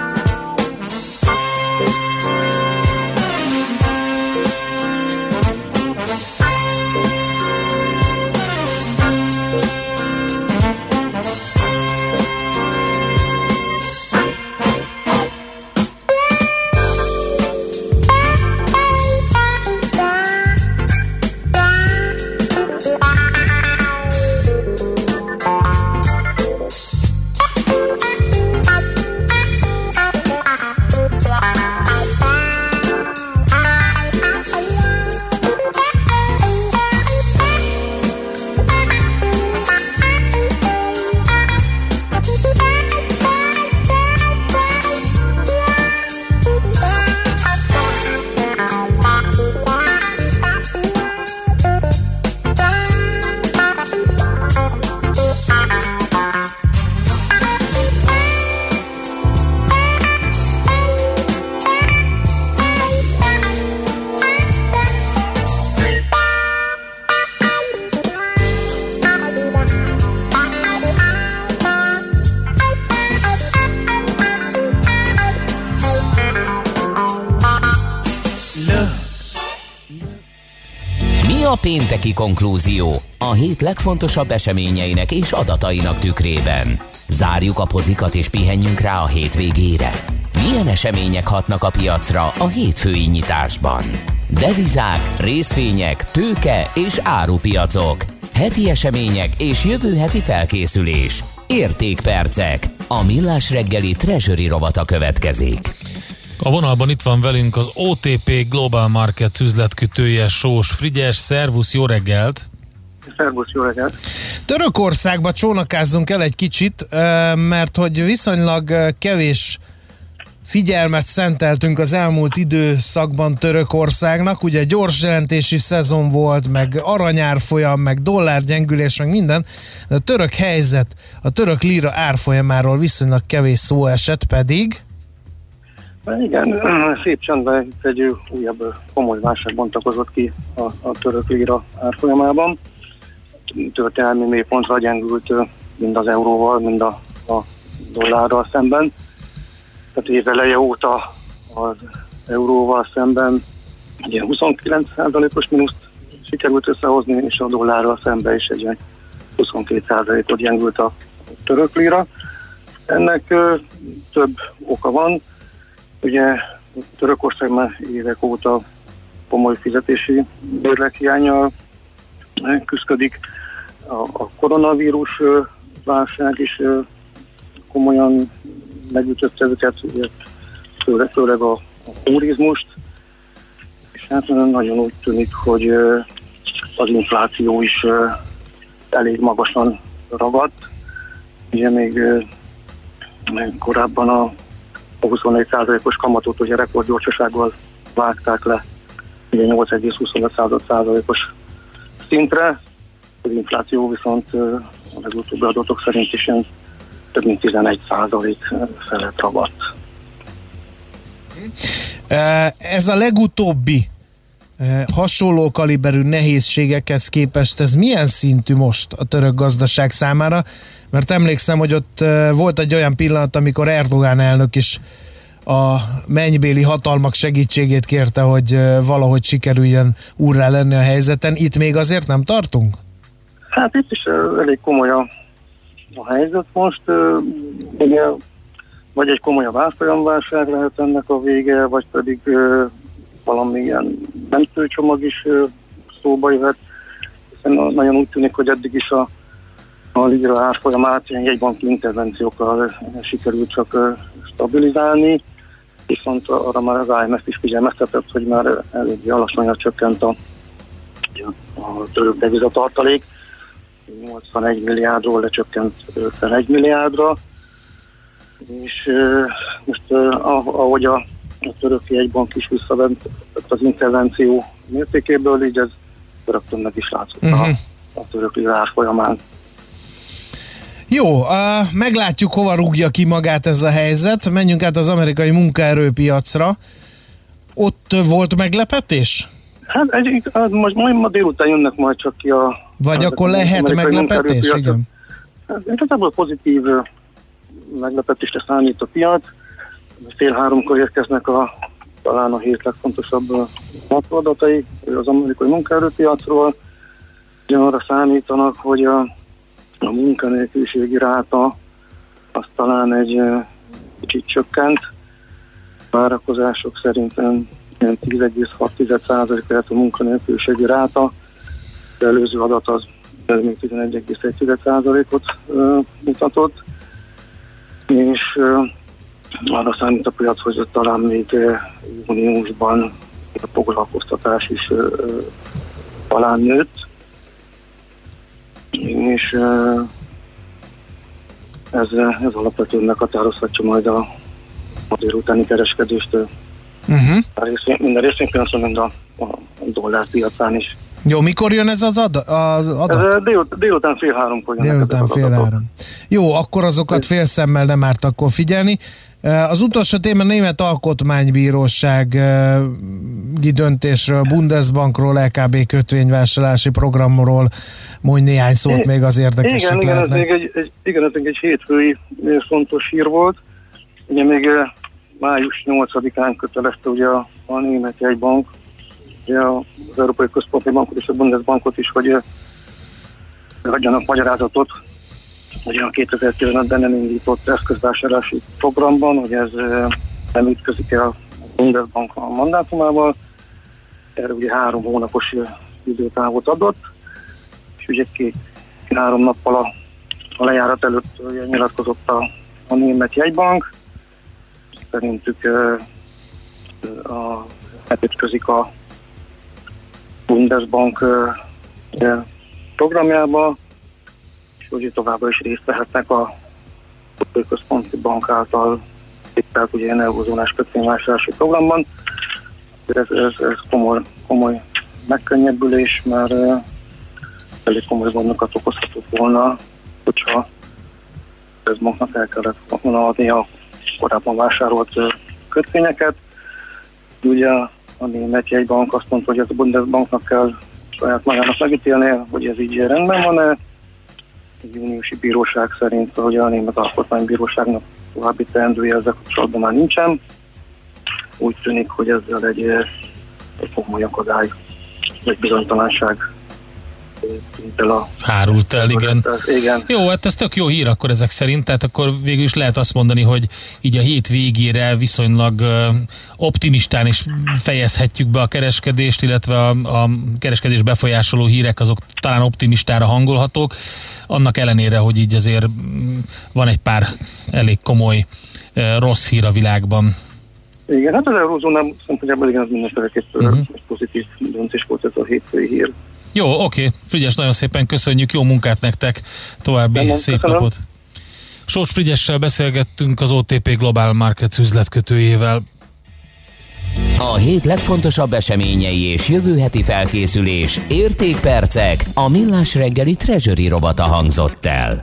Pénteki konklúzió a hét legfontosabb eseményeinek és adatainak tükrében. Zárjuk a pozikat és pihenjünk rá a hétvégére. Milyen események hatnak a piacra a hétfői nyitásban? Devizák, részvények, tőke és árupiacok. Heti események és jövő heti felkészülés. Értékpercek. A Millás reggeli Treasury rovata következik. A vonalban itt van velünk az o té pé Global Markets üzletkötője, Sós Frigyes. Szervusz, jó reggelt! Szervusz, jó reggelt! Törökországba csónakázzunk el egy kicsit, mert hogy viszonylag kevés figyelmet szenteltünk az elmúlt időszakban Törökországnak. Ugye gyors jelentési szezon volt, meg aranyárfolyam, meg dollárgyengülés, meg minden. De a török helyzet, a török lira árfolyamáról viszonylag kevés szó esett, pedig... Igen, szép csendben egy újabb komoly válság bontakozott ki a, a török lira árfolyamában. Történelmi mélypontra gyengült mind az euróval, mind a, a dollárral szemben. Tehát éveleje óta az euróval szemben egy huszonkilenc százalékos mínuszt sikerült összehozni, és a dollárral szemben is egy huszonkét százalékot gyengült a török lira. Ennek ö, több oka van. Ugye Törökország már évek óta komoly fizetési bérlethiánnyal küszködik. A, a koronavírus válság is komolyan megütötte őket, főleg, főleg a, a turizmust, és hát nagyon úgy tűnik, hogy az infláció is elég magasan ragadt. Ugye még korábban a a huszonnégy százalékos kamatot ugye rekordgyorsasággal vágták le, ugye nyolc egész huszonöt százalékos szintre, az infláció viszont a legutóbbi adatok szerint is ilyen több mint tizenegy százalék felett ragadt. Ez a legutóbbi hasonló kaliberű nehézségekhez képest ez milyen szintű most a török gazdaság számára? Mert emlékszem, hogy ott volt egy olyan pillanat, amikor Erdogán elnök is a mennybéli hatalmak segítségét kérte, hogy valahogy sikerüljön úrrá lenni a helyzeten. Itt még azért nem tartunk? Hát itt is elég komoly a, a helyzet most. Ugye, vagy egy komolyabb árfolyamválság lehet ennek a vége, vagy pedig valamilyen mentőcsomag is szóba jöhet. Hiszen nagyon úgy tűnik, hogy eddig is a a lira árfolyamát ilyen jegybanki intervenciókkal sikerült csak stabilizálni, viszont arra már az i em ef is figyelmeztetett, hogy már eléggé alacsonyra csökkent a, a török devizatartalék. nyolcvanegy milliárdról lecsökkent ötvenegy milliárdra, és most ahogy a, a török jegybank is visszavett az intervenció mértékéből, így ez rögtön meg is látszott uh-huh. a, a török lira árfolyamán. Jó, uh, meglátjuk, hova rúgja ki magát ez a helyzet. Menjünk át az amerikai munkaerőpiacra. Ott volt meglepetés? Hát egy, most majd ma délután jönnek majd csak ki a... Vagy a, akkor lehet meglepetés? Igen. Hát, igazából pozitív meglepetésre számít a piac. Fél háromkor érkeznek a, talán a hét legfontosabb adatai az amerikai munkaerőpiacról. Ugyan arra számítanak, hogy a, a munkanélküliségi ráta az talán egy kicsit csökkent. Várakozások szerintem tíz egész hat százalék lehet a munkanélküliségi ráta. Az előző adat az még tizenegy egész egy százalékot mutatott. És arra számít a piac, hogy talán még júniusban a foglalkoztatás is talán nőtt. És ez, ez alapvetően meghatározhatja majd a, a délutáni kereskedést. Uh-huh. Részvény, minden részvénypiacon, mind a, a dollár piacán is. Jó, mikor jön ez az adat? Az adat? Ez délut, délután fél háromkor jön. Délután fél három. Jó, akkor azokat fél szemmel nem árt akkor figyelni. Az utolsó téma Német Alkotmánybírósági döntésről, Bundesbankról, el ká bé kötvényvásárlási programról mondj néhány szót, még az érdekesek igen, lehetnek. Igen, ez még egy, egy, igen, ez még egy hétfői fontos hír volt. Ugye még május nyolcadikán kötelezte ugye a, a Német Jegybank, ugye az Európai Központi Bankot és a Bundesbankot is, hogy adjanak magyarázatot, ugye a kétezer-tizenötben nem indított eszközvásárlási programban, hogy ez nem ütközik el a Bundesbank a mandátumával. Erre ugye három hónapos időtávot adott, és ugye két, három nappal a, a lejárat előtt ugye nyilatkozott a, a Német Jegybank. Szerintük a, elütközik a Bundesbank programjába, és ugye továbbra is részt vehetnek a Központi Bank által éppen ugye ilyen eurozónás kötvényvásárlási programban. Ez, ez, ez komoly, komoly megkönnyebbülés, mert uh, elég komoly gondokat okozhatott volna, hogyha a Közbanknak el kellett volna adni a korábban vásárolt uh, kötvényeket. Ugye a Német Jegybank azt mondta, hogy ez a Bundesbanknak kell saját magának megítélnie, hogy ez így rendben van-e. A júniusi bíróság szerint, hogy a Német Alkotmánybíróságnak további teendője ezzel kapcsolatban már nincsen. Úgy tűnik, hogy ezzel egy, egy komoly akadály, egy bizonytalanság el a... Hárult el, igen. igen. Jó, hát ez tök jó hír akkor ezek szerint, tehát akkor végül is lehet azt mondani, hogy így a hét végére viszonylag optimistán is fejezhetjük be a kereskedést, illetve a, a kereskedés befolyásoló hírek azok talán optimistára hangolhatók, annak ellenére, hogy így azért van egy pár elég komoly rossz hír a világban. Igen, hát az eurózónában szempontjából igen, az mindenféleképp uh-huh. pozitív döntés volt ez a hétfői hír. Jó, oké. Frigyes, nagyon szépen köszönjük, jó munkát nektek, további nem, szép köszönöm. Napot. Sós Frigyessel beszélgettünk, az o té pé Global Markets üzletkötőjével. A hét legfontosabb eseményei és jövő heti felkészülés, értékpercek, a Millás reggeli Treasury robata hangzott el.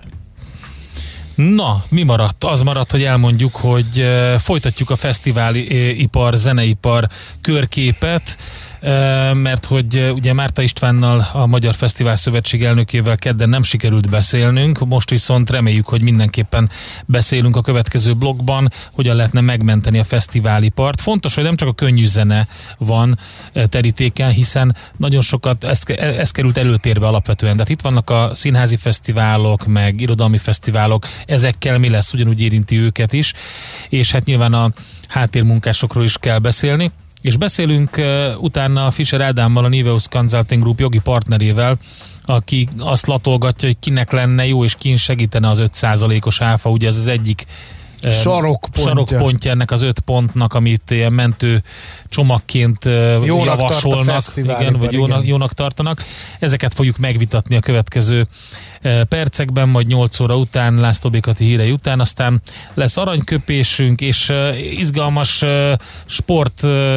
Na, mi maradt? Az maradt, hogy elmondjuk, hogy folytatjuk a fesztiválipar, zeneipar körképet, mert hogy ugye Márta Istvánnal, a Magyar Fesztivál Szövetség elnökével kedden nem sikerült beszélnünk, most viszont reméljük, hogy mindenképpen beszélünk a következő blogban, hogyan lehetne megmenteni a fesztiválipart. Fontos, hogy nem csak a könnyű zene van terítéken, hiszen nagyon sokat, ez, ez került előtérbe alapvetően, tehát itt vannak a színházi fesztiválok, meg irodalmi fesztiválok, ezekkel mi lesz, ugyanúgy érinti őket is, és hát nyilván a háttérmunkásokról is kell beszélni. És beszélünk uh, utána Fischer Ádámmal, a Niveus Consulting Group jogi partnerével, aki azt latolgatja, hogy kinek lenne jó, és kin segítene az öt százalékos áfa, ugye ez az egyik uh, sarokpontja. sarokpontja ennek az öt pontnak, amit ilyen mentő csomagként uh, jónak javasolnak, tart igen, vagy jónak, jónak tartanak. Ezeket fogjuk megvitatni a következő percekben, majd nyolc óra után, László Békati hírei után, aztán lesz aranyköpésünk, és izgalmas sport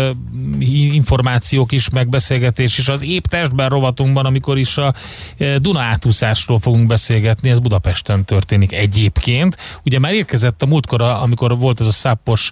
információk is, meg beszélgetés is az Épp testben rovatunkban, amikor is a Duna átúszásról fogunk beszélgetni, ez Budapesten történik egyébként. Ugye már érkezett a múltkor, amikor volt ez a száppos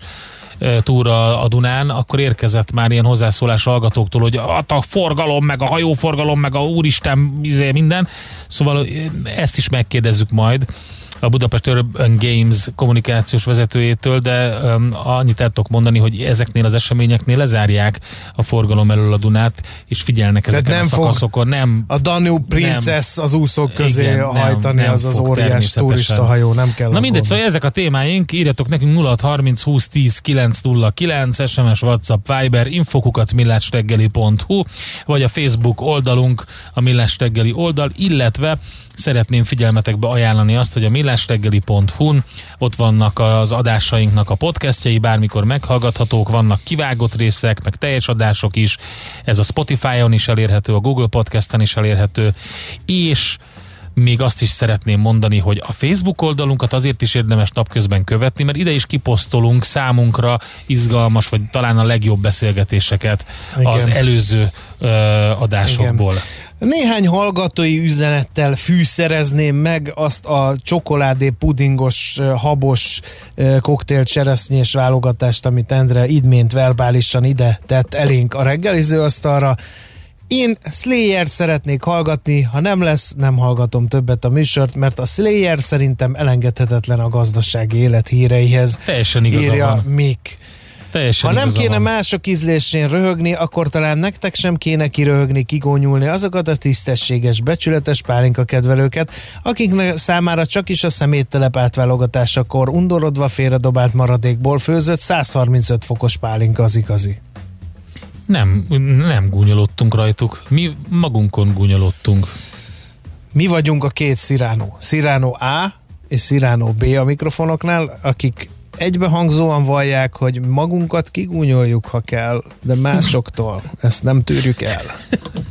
túra a Dunán, akkor érkezett már ilyen hozzászólás hallgatóktól, hogy a forgalom, meg a hajóforgalom, meg a úristen minden. Szóval ezt is megkérdezzük majd a Budapest Urban Games kommunikációs vezetőjétől, de um, annyit el tudok mondani, hogy ezeknél az eseményeknél lezárják a forgalom elől a Dunát, és figyelnek ezeken nem a szakaszokon. Nem, a Danube Princess nem, az úszók közé igen, hajtani, nem, nem az az óriás turistahajó, nem kell. Na mindegy, szóval ezek a témáink, írjatok nekünk nulla hat harminc húsz tíz kilenc nulla kilenc, es em es, WhatsApp, Viber, infokukac millásreggeli pont hu, vagy a Facebook oldalunk, a Millás reggeli oldal, illetve szeretném figyelmetekbe ajánlani azt, hogy a millásreggeli pont hu-n ott vannak az adásainknak a podcastjai, bármikor meghallgathatók, vannak kivágott részek, meg teljes adások is, ez a Spotify-on is elérhető, a Google Podcasten is elérhető, és még azt is szeretném mondani, hogy a Facebook oldalunkat azért is érdemes napközben követni, mert ide is kiposztolunk számunkra izgalmas, vagy talán a legjobb beszélgetéseket igen. az előző ö, adásokból. Igen. Néhány hallgatói üzenettel fűszerezném meg azt a csokoládé pudingos, habos koktél cseresznyés válogatást, amit Endre idmént verbálisan ide tett elénk a reggeliző asztalra. Én Slayer-t szeretnék hallgatni, ha nem lesz, nem hallgatom többet a műsort, mert a Slayer szerintem elengedhetetlen a gazdasági élet híreihez. Teljesen igaza írja van. Mick. Teljesen ha nem kéne van. mások ízlésén röhögni, akkor talán nektek sem kéne kiröhögni, kigónyulni azokat a tisztességes, becsületes pálinka kedvelőket, akik számára csak is a szeméttelep átválogatásakor undorodva félredobált maradékból főzött száz harmincöt fokos pálinka az igazi. Nem, nem gúnyolottunk rajtuk. Mi magunkon gúnyolottunk. Mi vagyunk a két Cyrano. Cyrano A és Cyrano B a mikrofonoknál, akik egybehangzóan vallják, hogy magunkat kigúnyoljuk, ha kell, de másoktól ezt nem tűrjük el.